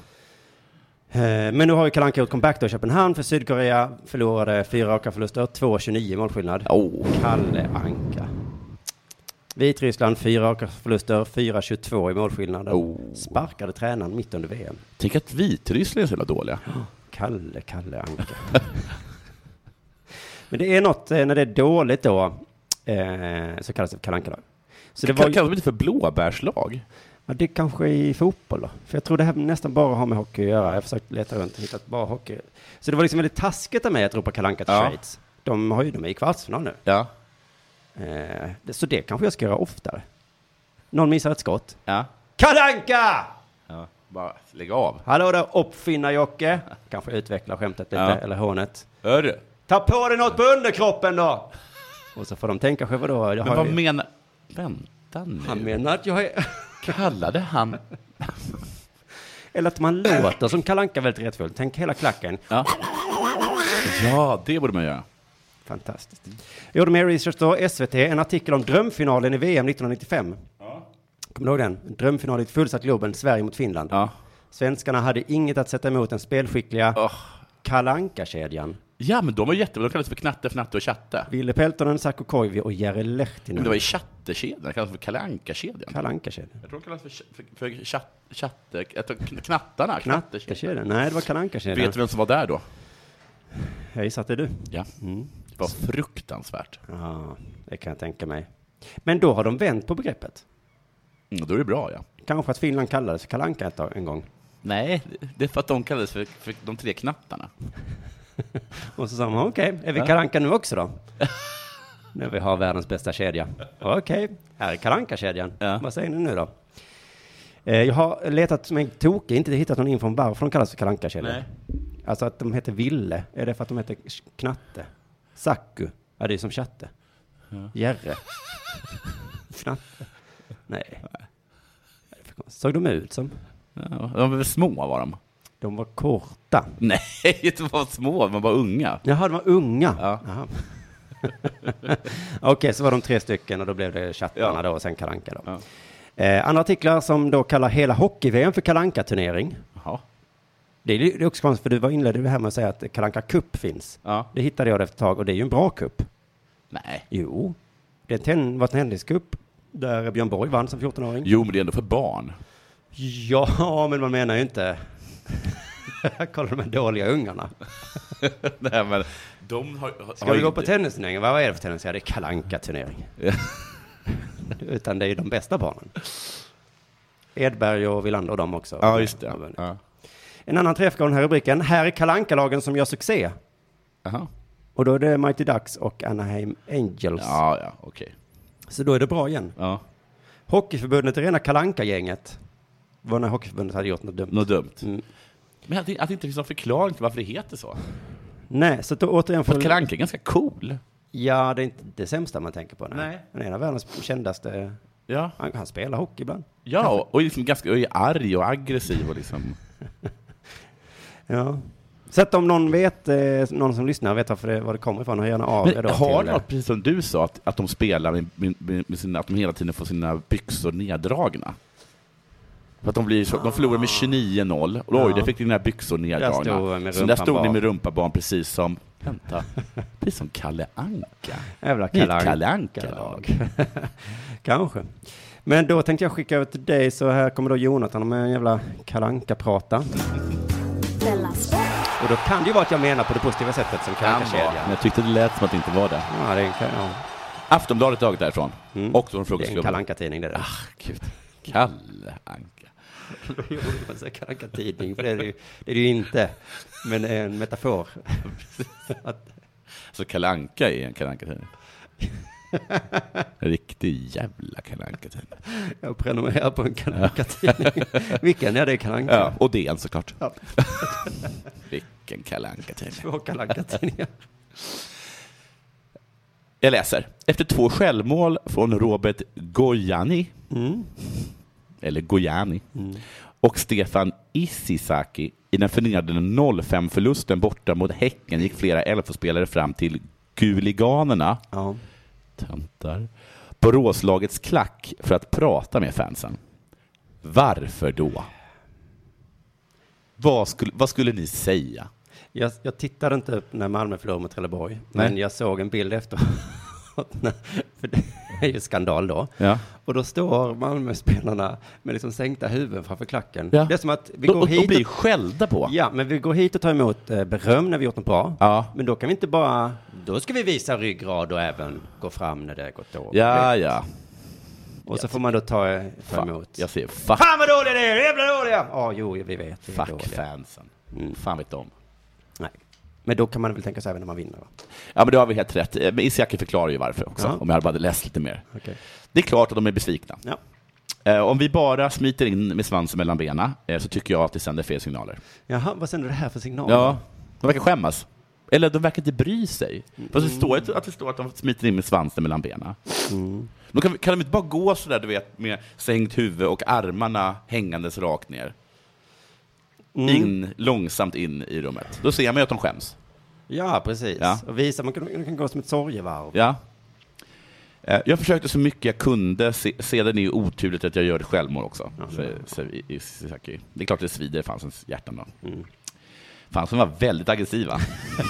Men nu har ju Kalanka gjort comeback då i Köpenhamn, för Sydkorea förlorade 4 raka förluster, 2-29 målskillnad. Kalle Anka. Vitryssland 4 raka förluster, 4-22 i målskillnaden. Sparkade tränaren mitt under VM. Tänk att Vitryssland är så dåliga. Kalle Anka. Men det är något, när det är dåligt då, så kallas det Kalanka-lag. Så det var kallas det inte för blåbärslag? Ja, det kanske är i fotboll då. För jag tror det här nästan bara har med hockey att göra. Jag har försökt leta runt och hittat bara hockey. Så det var liksom väldigt taskigt av mig att ropa Kalanka till Schweiz. De är i kvartsfinal nu. Ja. Så det kanske jag ska göra oftare. Någon missar ett skott. Ja. Kalanka! Ja, bara lägga av. Hallå där, uppfinna Jocke. Kanske utveckla skämtet lite, eller hånet. Hörru, Ta på dig något på underkroppen då! Och så får de tänka själva då. Men vad menar... Vänta nu. Han menar att jag är... Kallade han... Eller att man låter som Kalle Anka väldigt rättfullt. Tänk hela klacken. Ja, det borde man göra. Fantastiskt. Jag gjorde mer research då. SVT, en artikel om drömfinalen i VM 1995. Ja. Kommer du ihåg den? Drömfinal i ett fullsatt Globen, Sverige mot Finland. Ja. Svenskarna hade inget att sätta emot den spelskickliga Kalle Anka-kedjan. Ja, men de var jättebra. De kallades för Knatte, Fnatte och Chatte. Ville Peltonen, Sacco Koivi och Jere Lehtinen. Men det var ju Chatte-kedjan. Det kallades för Kalle Anka-kedjan. Kalle Anka-kedjan. Jag tror det kallades för Chatte... Knattarna. Knatte-kedjan. Nej, det var Kalle Anka-kedjan. Vet du vem som var där då? Jag gissar att det är du. Ja. Det var fruktansvärt. Ja, det kan jag tänka mig. Men då har de vänt på begreppet. Då är det bra, ja. Kanske att Finland kallades för Kalle Anka en gång. Nej, det är för att de kallades för de 3 knattarna. Och så sa man, okej, är vi Kalle Anka nu också då? När vi har världens bästa kedja. Okej, här är Kalle Anka-kedjan. Ja. Vad säger ni nu då? Jag har letat som en tokig, inte hittat någon info om varför de kallas för Kalle Anka-kedjan. Nej. Alltså att de heter Ville, är det för att de heter Knatte? Sacku, ja det är som Chatte. Ja. Jerre. Knatte. Nej. Såg de ut som? Ja, de var väl små var de? De var korta. Nej, de var små, de var unga. Jaha, de var unga. Ja. Okej, så var de 3 stycken och då blev det Chattarna då och sen Kalle Anka då. Ja. Andra artiklar som då kallar hela hockey-VM för Kalle Anka-turnering. Jaha. Det är också konstigt för du inledde det här med att säga att Kalle Anka Cup finns. Ja. Det hittade jag efter ett tag och det är ju en bra cup. Nej. Jo. Det var en händelsecup där Björn Borg vann som 14-åring. Jo, men det är ändå för barn. Ja, men man menar ju inte... Kolla de här dåliga ungarna. Nej, men de har ska vi gå på tennisturneringen? Vad är det för tennis? Ja, det är Kalle Anka-turnering. Utan det är ju de bästa barnen. Edberg och Wilander och dem också. Ja, just det. Ja. En annan träff går den här rubriken. Här är Kalle Anka-lagen som gör succé. Aha. Och då är det Mighty Ducks och Anaheim Angels. Ja, okej. Så då är det bra igen. Ja. Hockeyförbundet är rena Kalle Anka-gänget. Var när Hockeyförbundet hade gjort något dumt. Mm. Men att det inte finns någon förklaring till varför det heter så. Nej, så då återigen... För Kalle Anka är ganska cool. Ja, det är inte det sämsta man tänker på. Nej. Han är en av världens kändaste... Ja. Han spelar hockey ibland. Ja, och liksom ganska arg och aggressiv och liksom... Ja. Så att om någon vet, någon som lyssnar vet var det kommer ifrån, och gärna av det då. Har något, precis som du sa, att de spelar med sina, att de hela tiden får sina byxor neddragna? För att de förlorar med 29-0 och oj, det fick dina byxor neddragna. Så där stod ni med rumpabarn precis som Kalle Anka. Jävla Kalle Anka-lag. Kanske. Men då tänkte jag skicka över till dig, så här kommer då Jonathan med en jävla Kalle Anka-prata. Och då kan det ju vara att jag menar på det positiva sättet som Kalle Anka-kedjan. Men jag tyckte det lät som att det inte var det. Ja, det kan jag. Aftonbladet taget därifrån. Och så det är en Kalle Anka-tidning det där. Gud. Kalle Anka. Jo, man säger Kalle Anka-tidning, för det är det ju inte. Men en metafor. Så Kalle Anka är en Kalle Anka-tidning. Riktig jävla Kalle Anka-tidning. Jag prenumererar på en Kalle Anka-tidning. Vilken är det, Kalle Anka? Ja, och det är såklart. Ja. Vilken Kalle Anka-tidning. 2 Kalle Anka-tidningar. Jag läser. Efter 2 självmål från Robert Gojani eller Gojani och Stefan Isisaki i den förnedrande 0-5-förlusten borta mot Häcken gick flera LF-spelare fram till Guliganerna. Ja. Töntar. På Råslagets klack för att prata med fansen. Varför då? Vad skulle ni säga? Jag tittade inte upp när Malmö förlorade mot Trelleborg. Men jag såg en bild efter. För det är ju skandal då. Ja. Och då står Malmö-spelarna med liksom sänkta huvuden framför klacken. Ja. Det är som att vi går hit och blir skällda på. Ja, men vi går hit och tar emot beröm när vi gjort något bra. Ja. Men då kan vi inte bara... Då ska vi visa ryggrad och även gå fram när det gått dåligt. Ja. Och så får man då ta emot. Jag säger fan vad dåliga det är! Jävla dåliga! Ja, jo, vi vet. Fuck fansen. Fan vet de. Nej. Men då kan man väl tänka sig även när man vinner, va? Ja, men det har vi helt rätt. Men Isiaki förklarar ju varför också. Om jag bara hade läst lite mer. Okay. Det är klart att de är besvikna. Ja. Om vi bara smiter in med svansen mellan benen så tycker jag att det sänder fel signaler. Jaha, vad sänder det här för signaler? Ja, de verkar skämmas. Eller de verkar inte bry sig. Fast det står att de smiter in med svansen mellan benen. Då kan de inte bara gå så där, du vet, med sänkt huvud och armarna hängandes rakt ner. Långsamt in i rummet. Då ser man ju att de skäms. Ja, precis. Ja. Och visa, man kan gå som ett sorgevarv. Ja. Jag försökte så mycket jag kunde. Sedan är ju oturligt att jag gör det självmord också. Det är klart det svider Fansens hjärtan då. Fansen var väldigt aggressiva.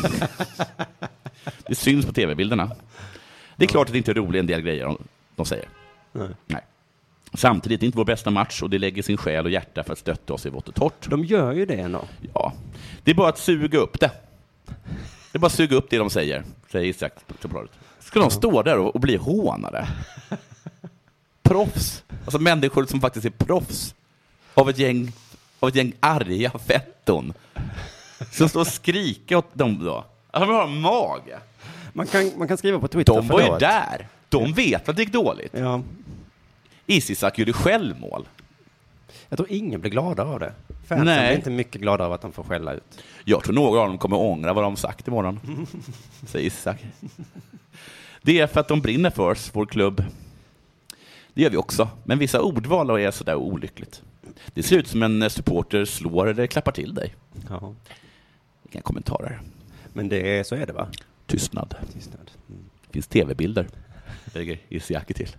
Det syns på tv-bilderna. Det är klart att det inte är roligt en del grejer de säger. Nej. Samtidigt är det inte vår bästa match och det lägger sin själ och hjärta för att stötta oss i vått och torrt. De gör ju det ändå. Ja. Det är bara att suga upp det. Det är bara att suga upp det de säger Isak på bladet. Ska de stå där och bli hånade? Proffs. Alltså människor som faktiskt är proffs av ett gäng arga fetton som står och skrika åt dem då. Alltså, de har en mage. Man kan skriva på Twitter. De var ju där. De vet att det gick dåligt. Ja. Isak gjorde självmål. Jag tror ingen blir gladare av det. Fansen blir inte mycket gladare av att de får skälla ut. Jag tror några av dem kommer ångra vad de sagt imorgon. Säger Isak. Det är för att de brinner för oss, vår klubb. Det gör vi också. Men vissa ordval är sådär olyckligt. Det ser ut som en supporter slår eller klappar till dig. Ja. Inga kommentarer. Men så är det, va? Tystnad. Det finns tv-bilder. Lägger Isak till.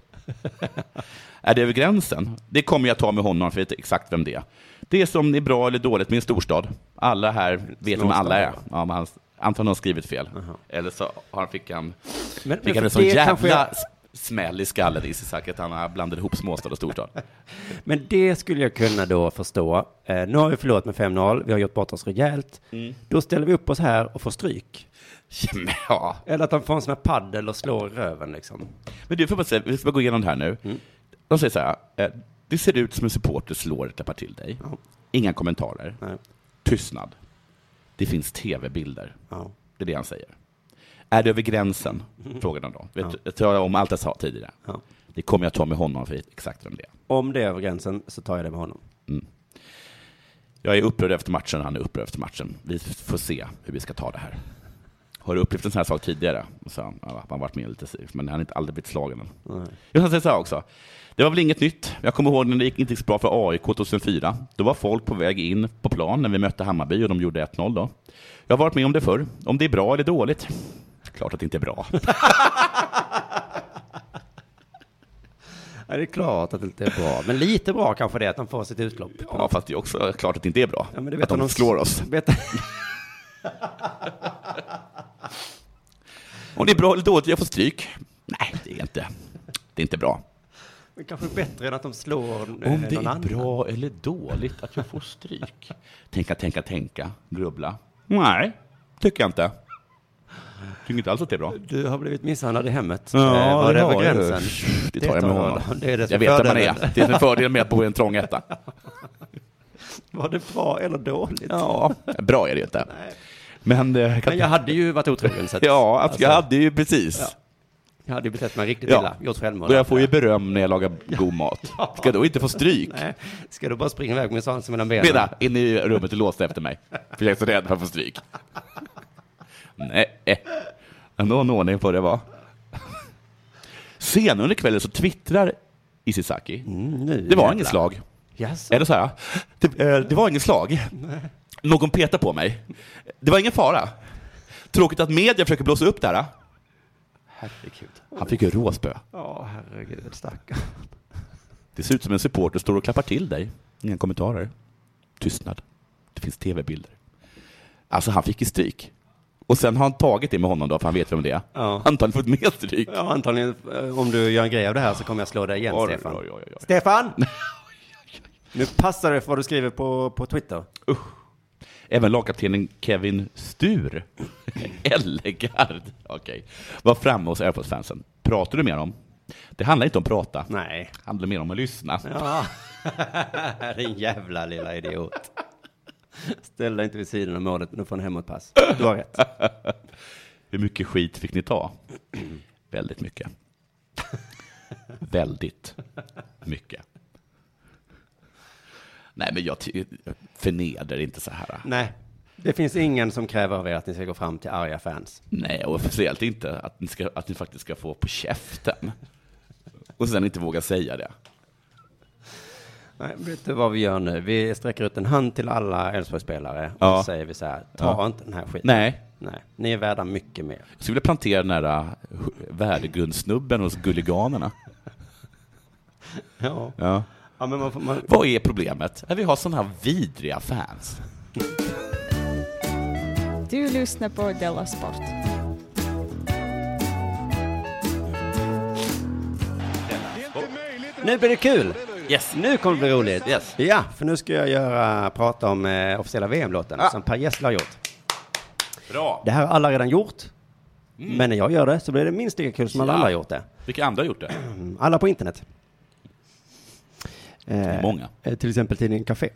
Är det över gränsen? Det kommer jag ta med honom för att veta exakt vem det är. Det är som är bra eller dåligt med en storstad. Alla här vet vem alla är. Ja, men antagligen har skrivit fel. Eller så fick han en sån jävla smäll i skallen i Isak att han har blandat ihop småstad och storstad. Men det skulle jag kunna då förstå. Nu har vi förlorat med 5-0. Vi har gjort bort oss rejält. Då ställer vi upp oss här och får stryk. Ja. Eller att de får en sån här paddel och slår i röven liksom. Men du får bara säga, vi ska gå igenom det här nu. De säger så här, det ser ut som en supporter slår ett tappar till dig. Ja. Inga kommentarer. Nej. Tystnad. Det finns tv-bilder. Ja. Det är det han säger. Är det över gränsen? Frågar de då. Jag tar om allt jag sa tidigare. Ja. Det kommer jag ta med honom för exakt vem det är. Om det är över gränsen så tar jag det med honom. Jag är upprörd efter matchen, han är upprörd efter matchen. Vi får se hur vi ska ta det här. Har du upplevt en sån här sak tidigare? Och så han har varit med lite seriöst, men han har inte aldrig blivit slagen. Jag kan säga så här också. Det var väl inget nytt. Jag kommer ihåg när det gick inte så bra för AIK 2004. Då var folk på väg in på plan när vi mötte Hammarby och de gjorde 1-0 då. Jag har varit med om det förr. Om det är bra eller dåligt. Klart att det inte är bra. Ja, det är klart att det inte är bra. Men lite bra kanske det att de får sitt utlopp. Ja, fast det är också klart att det inte är bra. Ja, men det vet att de slår oss. Om det är bra eller dåligt, jag får stryk. Nej, det är inte bra. Men kanske bättre än att de slår om det är annan. Bra eller dåligt att jag får stryk. Tänka, grubbla. Nej, tycker jag inte. Tycker inte alls att det är bra. Du har blivit misshandlad i hemmet. Ja, var det över gränsen? Det tar jag med honom. Jag vet att man är. Det är en fördel med att bo i en trång etta. Var det bra eller dåligt? Ja, bra är det inte. Nej. Men jag hade ju varit otrogen. Ja, alltså, jag hade ju precis. Ja. Jag hade ju betett mig riktigt illa. Gjort självmord. Och jag får ju beröm när jag lagar god mat. Ska då inte få stryk? Nej. Ska du bara springa iväg med svansen mellan benen? Beda, in i rummet och låsta efter mig. För jag är så rädd för att få stryk. Nej. Ändå en ordning på det var. Sen under kvällen så twittrar Isisaki. Det var ingen slag. Yes. Är det så här? Det var ingen slag. Nej. Någon petar på mig. Det var ingen fara. Tråkigt att media försöker blåsa upp det här. Herregud. Han fick ju råspö. Ja, herregud, stackar. Det ser ut som en supporter står och klappar till dig. Inga kommentarer. Tystnad. Det finns tv-bilder. Alltså han fick ju stryk. Och sen har han tagit det med honom då, för han vet vem det är. Ja. Antagligen fått mer stryk. Ja, antagligen. Om du gör en grej av det här så kommer jag slå dig igen, Stefan. Oj. Stefan! Nu passar det för vad du skriver på Twitter. Även lagkaptenen Kevin Stur Ellegard var framme hos Airpods-fansen. Pratar du mer om? Det handlar inte om prata. Nej. Det handlar mer om att lyssna. Ja. Den jävla lilla idiot. Ställ dig inte vid sidan av målet, nu får en hemåtpass. Du har rätt. Hur mycket skit fick ni ta? Väldigt mycket. Väldigt mycket. Nej, men jag förnedrar inte så här. Nej. Det finns ingen som kräver av er att ni ska gå fram till arga fans. Nej, och officiellt inte att ni faktiskt ska få på käften. Och sen inte våga säga det. Nej, vet du vad vi gör nu? Vi sträcker ut en hand till alla Elfsborgsspelare och så säger vi så här, ta inte den här skiten. Nej. Ni är värda mycket mer. Jag skulle vilja plantera den här värdegrundsnubben hos gulliganerna. Ja, men Vad är problemet? Vi har sådana här vidriga fans. Du lyssnar på Della Sport. Nu blir det kul! Yes. Nu kommer det bli roligt. Yes. Ja, för nu ska jag prata om officiella VM-låten som Per Gessle har gjort. Bra. Det här har alla redan gjort. Men när jag gör det så blir det minst lika kul som alla andra har gjort det. Vilka andra har gjort det? Alla på internet. Många. Till exempel tidningen Café.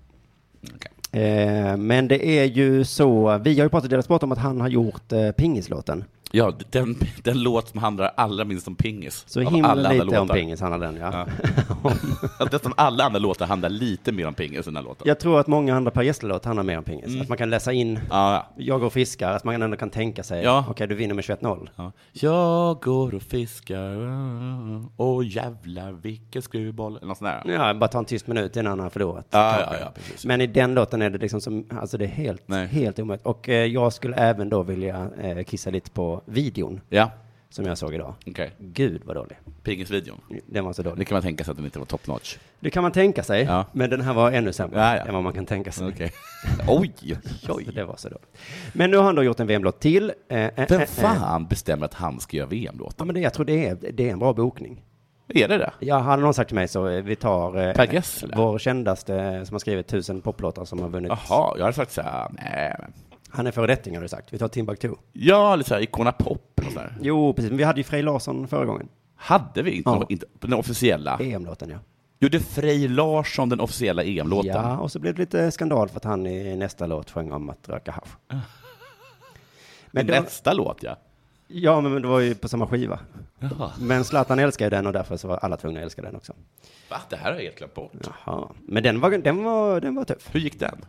Okay. Men det är ju så, vi har ju pratat i Della Sport om att han har gjort pingislåten. Ja, den låt som handlar allra minst om pingis. Så himla lite om pingis handlar den, ja. Nästan alla andra låtar handlar lite mer om pingis än den låten. Jag tror att många andra Per Gessle-låtar handlar mer om pingis. Att man kan läsa in, jag går och fiskar, att man ändå kan tänka sig, okej, du vinner med 21-0. Ja. Jag går och fiskar, och jävlar vilken skruvboll. Eller något sånt där. Ja, bara ta en tyst minut innan han har förlorat. Ja, precis. Men i den låten är det liksom som, alltså det är helt omöjligt. Och jag skulle även då vilja kissa lite på videon som jag såg idag. Okay. Gud vad dålig. Pingisvideon. Den var så dålig. Det kan man tänka sig att den inte var top notch. Det kan man tänka sig, men den här var ännu sämre än vad man kan tänka sig. Okay. Oj. Det var så dåligt. Men nu har han då gjort en VM-låt till. Vem fan bestämmer att han ska göra VM-låt? Ja, men jag tror det är en bra bokning. Är det? Ja, hade någon sagt till mig så vi tar Per Gessle, vår kändaste som har skrivit 1000 poplåtar som har vunnit. Jaha, jag hade sagt så här, nej. Han är föredetting har du sagt. Vi tar Timbuktu. Ja, lite så här Icona Pop och så där. Jo, precis. Men vi hade ju Frej Larsson förra gången. Hade vi inte den officiella? EM-låten, ja. Gjorde Frej Larsson den officiella EM-låten? Ja, och så blev det lite skandal för att han i nästa låt sjöng om att röka hasch. Men nästa låt, ja. Ja, men det var ju på samma skiva. Jaha. Men Zlatan älskar ju den och därför så var alla tvungna att älska den också. Va? Det här har jag helt glömt bort. Jaha. Men den var tuff. Hur gick den?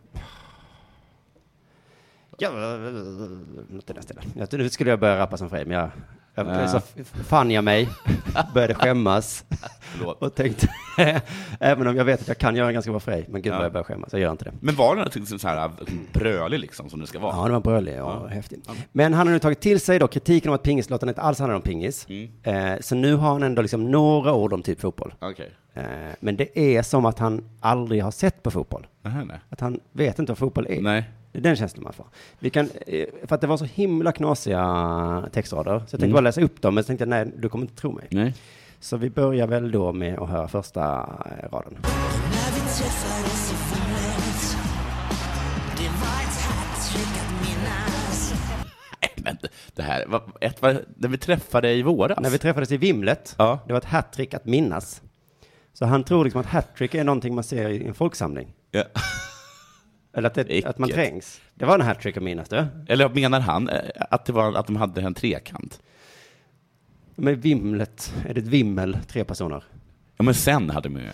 Ja, något i den stilen. Nu skulle jag börja rappa som Frej, men så fann jag mig, började skämmas och tänkte, även om jag vet att jag kan göra en ganska bra Frej, men gud vad jag börjar skämmas, jag gör inte det. Men var det något så här brölig liksom som det ska vara? Ja, det var brölig och häftigt. Men han har nu tagit till sig då kritiken om att pingislåten inte alls handlar om pingis. Så nu har han ändå liksom några ord om typ fotboll. Okay. Men det är som att han aldrig har sett på fotboll. Nej. Att han vet inte vad fotboll är. Nej. Det är den känslan man får. För att det var så himla knasiga textrader. Så jag tänkte bara läsa upp dem. Men så tänkte jag, nej, du kommer inte tro mig. Nej. Så vi börjar väl då med att höra första raden. När vi träffades i fallet, det var ett hattrick att minnas. Nej, men det här när vi träffade i våras. När vi träffades i Vimlet, det var ett hattrick att minnas. Så han tror liksom att hattrick är någonting man ser i en folksamling. Ja. Eller att man trängs. Det var en hattrick att minnas det. Eller menar han att det var att de hade en trekant? Men Vimlet, är det ett vimmel, 3 personer? Ja, men sen hade vi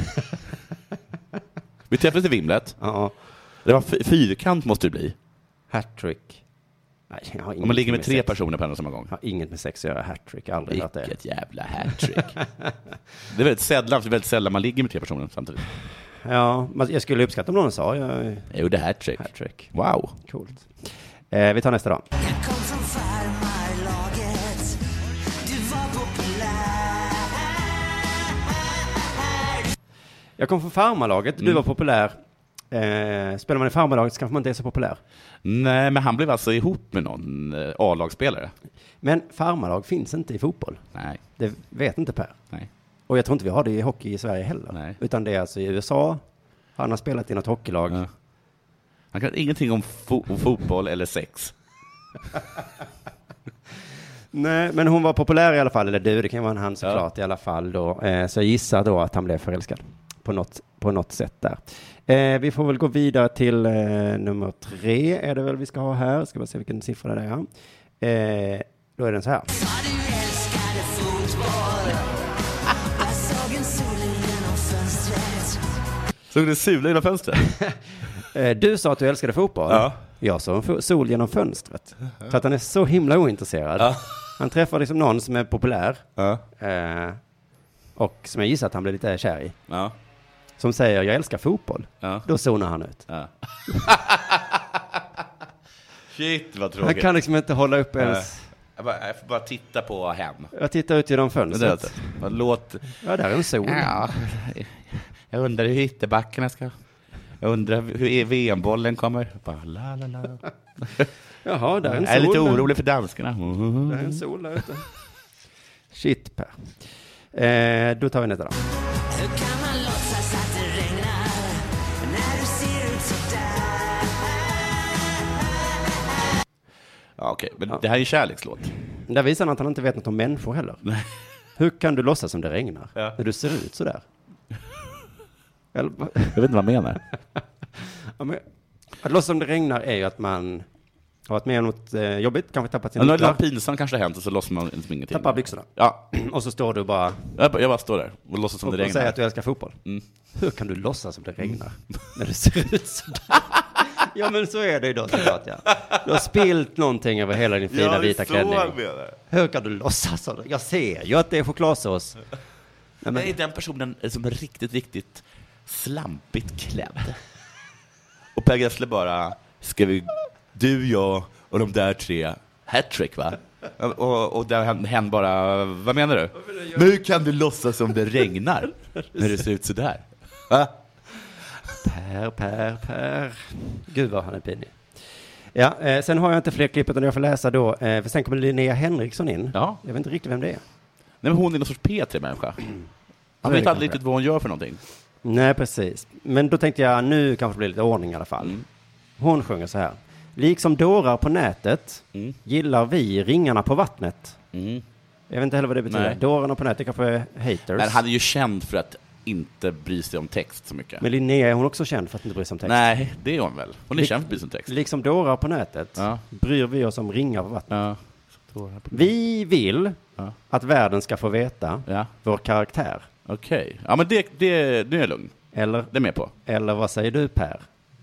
vi träffades i Vimlet. Ja. Det var fyrkant måste det bli. Hattrick. Nej, jag har om man ligger med 3 personer på en och samma gång. Jag har inget med sex att göra, hattrick. Aldrig hört det. Vilket jävla hattrick. Det är väldigt sällan man ligger med 3 personer samtidigt. Ja, jag skulle uppskatta om någon sa. Jo, det är hattrick. Wow. Coolt. Vi tar nästa då. Jag kom från farmarlaget. Du var populär. Jag kom från farmarlaget. Du var populär. Spelar man i farmarlaget så kanske man inte är så populär. Nej, men han blev alltså ihop med någon A-lagspelare. Men farmarlag finns inte i fotboll. Nej. Det vet inte Per. Nej. Och jag tror inte vi har det i hockey i Sverige heller. Nej. Utan det är alltså i USA. Han har spelat i något hockeylag. Ja. Han kan ingenting om fotboll eller sex. Nej, men hon var populär i alla fall. Eller det kan vara en han såklart i alla fall. Då. Så jag gissar då att han blev förälskad. På något sätt där. Vi får väl gå vidare till nummer 3 är det väl vi ska ha här. Ska bara se vilken siffra det är. Då är den så här. Såg du sula genom fönstret? Du sa att du älskade fotboll. Ja. Jag såg en sol genom fönstret. För att han är så himla ointresserad. Han träffar liksom någon som är populär. Och som jag gissar att han blir lite kär i. Som säger, jag älskar fotboll. Då zonar han ut. Shit, vad tråkigt. Han kan liksom inte hålla upp ens... Jag får bara titta på hem. Jag tittar ut genom fönstret. Ja, där är en sol. Ja. Jag undrar hur ytterbackarna ska... Jag undrar hur VM-bollen kommer. Bara, la, la, la. Jaha, där är en sol. Jag är lite orolig för danskarna. Där är en sol där ute. Shit, Per. Då tar vi nästa då. Hur kan man låtsas att det regnar när du ser ut sådär? Ja, okej. Men det här är en kärlekslåt. Där visar han att han inte vet något om människor heller. Hur kan du låtsas som det regnar när du ser ut sådär? Jag vet inte vad jag menar. Att låtsas som det regnar är ju att man har varit med om något jobbigt, kanske tappat sin nycklar. Något pinsamt kanske har hänt och så låtsas man ingenting. Tappar byxorna. Ja. Och så står du bara... Jag bara står där och låtsas som det regnar. Och säger att du älskar fotboll. Hur kan du låtsas som det regnar när du ser ut sådär? Ja, men så är det ju då såklart, ja. Du har spilt någonting över hela din fina vita klänning. Hur kan du låtsas som det? Jag ser ju att det är chokladsås. Nej, men... är den personen som är riktigt, riktigt slampigt klädd. Och Per Gessle bara, ska vi, du, jag och de där tre, hattrick va? Och där hen bara, vad menar du? Men hur kan du låtsas som det regnar när det ser ut så där? Va? Per. Gud vad han är pinnig. Ja, sen har jag inte fler klipp utan jag får läsa då. För sen kommer Linnea Henriksson in. Ja. Jag vet inte riktigt vem det är. Nej, men hon är någon sorts P3-människa. Han vet aldrig riktigt vad hon gör för någonting. Nej, precis. Men då tänkte jag, nu kanske det blir lite ordning i alla fall. Hon sjunger så här. Liksom dårar på nätet gillar vi ringarna på vattnet. Jag vet inte heller vad det betyder. Dårarna på nätet kanske är haters. Men han är ju känd för att inte bry sig om text så mycket. Men Linnea är hon också känd för att inte bry sig om text? Nej, det är hon väl. Hon är känd för att bry sig om text. Liksom dårar på nätet bryr vi oss om ringar på vattnet. Vi vill att världen ska få veta vår karaktär. Okej. Ja, men det är lugn. Eller, det är med på. Eller vad säger du, Per?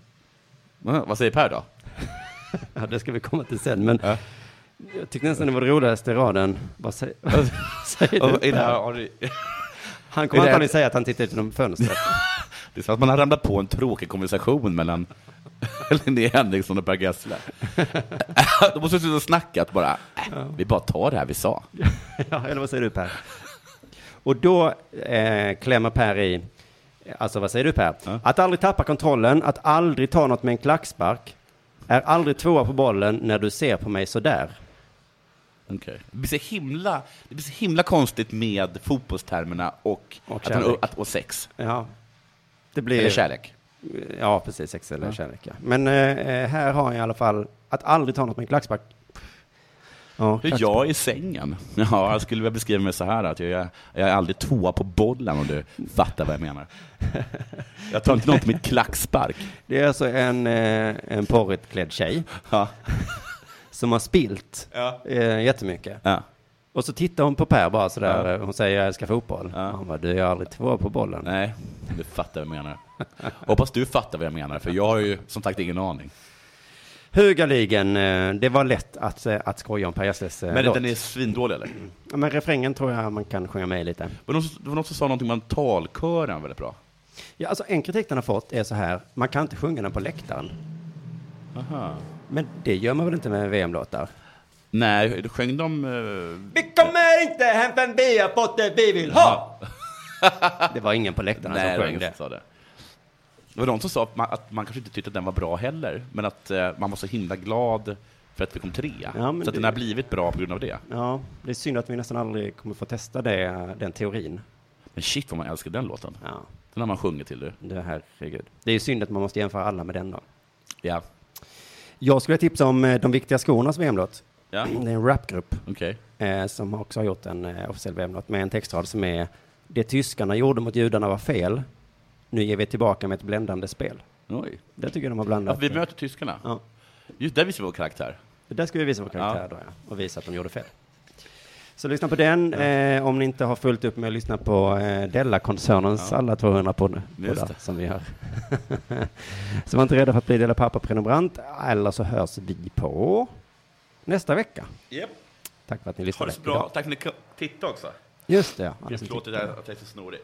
Vad säger Per då? Ja, det ska vi komma till sen. Men jag tyckte nästan det var det roligaste i raden. Vad säger du, Per? Han kommer antagligen säga att han tittar ut genom fönstret. Det är så att man har ramlat på en tråkig konversation mellan Linnea Henriksson och Per Gessle. De måste sluta snacka att bara, vi bara tar det här vi sa. Ja, eller vad säger du, Per? Och då klämmer Per i, alltså vad säger du, Per? Att aldrig tappa kontrollen, att aldrig ta något med en klackspark, är aldrig tvåa på bollen när du ser på mig så där. Okay. Det blir så himla konstigt med fotbollstermerna och sex. Ja. Det blir, eller kärlek. Ja, precis. Sex eller kärlek. Ja. Men här har jag i alla fall att aldrig ta något med en klackspark. Ja, jag är i sängen. Ja, jag skulle vilja beskriva mig så här att jag är aldrig tvåa på bollen om du fattar vad jag menar. Jag tar inte något med klackspark. Det är alltså en porrigt klädd tjej. Ja. Som har spilt jättemycket. Ja. Och så tittar hon på Per bara sådär. Hon säger jag älskar fotboll. Han bara, du är aldrig två på bollen. Nej, du fattar vad jag menar. Hoppas du fattar vad jag menar. För jag har ju som sagt ingen aning. Högaligen, det var lätt att skoja om Per Gessles men låt. Den är svindålig eller? Ja, men refrängen tror jag man kan sjunga med lite. Det var något som sa någonting om talkören väldigt bra. Ja, alltså en kritik den har fått är så här. Man kan inte sjunga den på läktaren. Aha. Men det gör man väl inte med VM-låtar? Nej, då sjöng de... Vi kommer inte hem förrän vi har fått det vi vill ha! Det var ingen på läktarna som sjöng det. Sa det. Det var någon som sa att man kanske inte tyckte att den var bra heller. Men att man var så himla glad för att vi kom 3. Ja, så att den har blivit bra på grund av det. Ja, det är synd att vi nästan aldrig kommer få testa den teorin. Men shit vad man älskar den låten. Ja. Den har man sjungit till du. Det herregud. Det är ju synd att man måste jämföra alla med den då. Ja. Jag skulle tipsa om De viktiga skornas VM-låt. Ja. Det är en rapgrupp som också har gjort en officiell VM-låt med en textrad som är: det tyskarna gjorde mot judarna var fel. Nu ger vi tillbaka med ett bländande spel. Oj. Det tycker jag de har blandat. Att vi möter tyskarna? Ja. Just där visar vi vår karaktär. Där ska vi visa vår karaktär då, och visa att de gjorde fel. Så lyssna på den om ni inte har fullt upp med att lyssna på Della-koncernens alla 200 poddar som vi har. Så var inte rädda för att bli Della Pappa-prenumerant, eller så hörs vi på nästa vecka. Yep. Tack för att ni lyssnade. Ha det så bra. Idag. Tack för att ni tittade också. Just det, ja. Förlåt det där att jag är så snorig.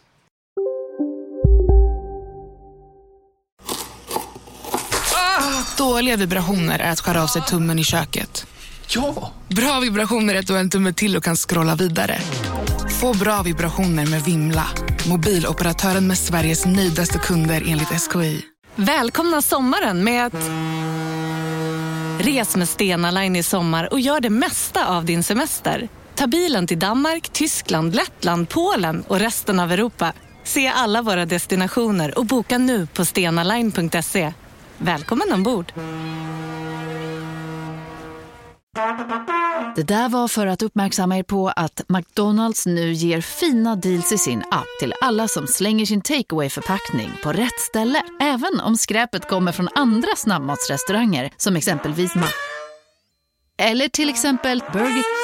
Dåliga vibrationer är att skära av sig tummen i köket. Ja! Bra vibrationer är att du har en tumme till och kan scrolla vidare. Få bra vibrationer med Vimla. Mobiloperatören med Sveriges nöjdaste kunder enligt SKI. Välkomna sommaren med att... Res med Stena Line i sommar och gör det mesta av din semester. Ta bilen till Danmark, Tyskland, Lettland, Polen och resten av Europa. Se alla våra destinationer och boka nu på stenaline.se. Välkommen ombord! Det där var för att uppmärksamma er på att McDonalds nu ger fina deals i sin app till alla som slänger sin takeaway-förpackning på rätt ställe. Även om skräpet kommer från andra snabbmatsrestauranger som exempelvis eller till exempel Burger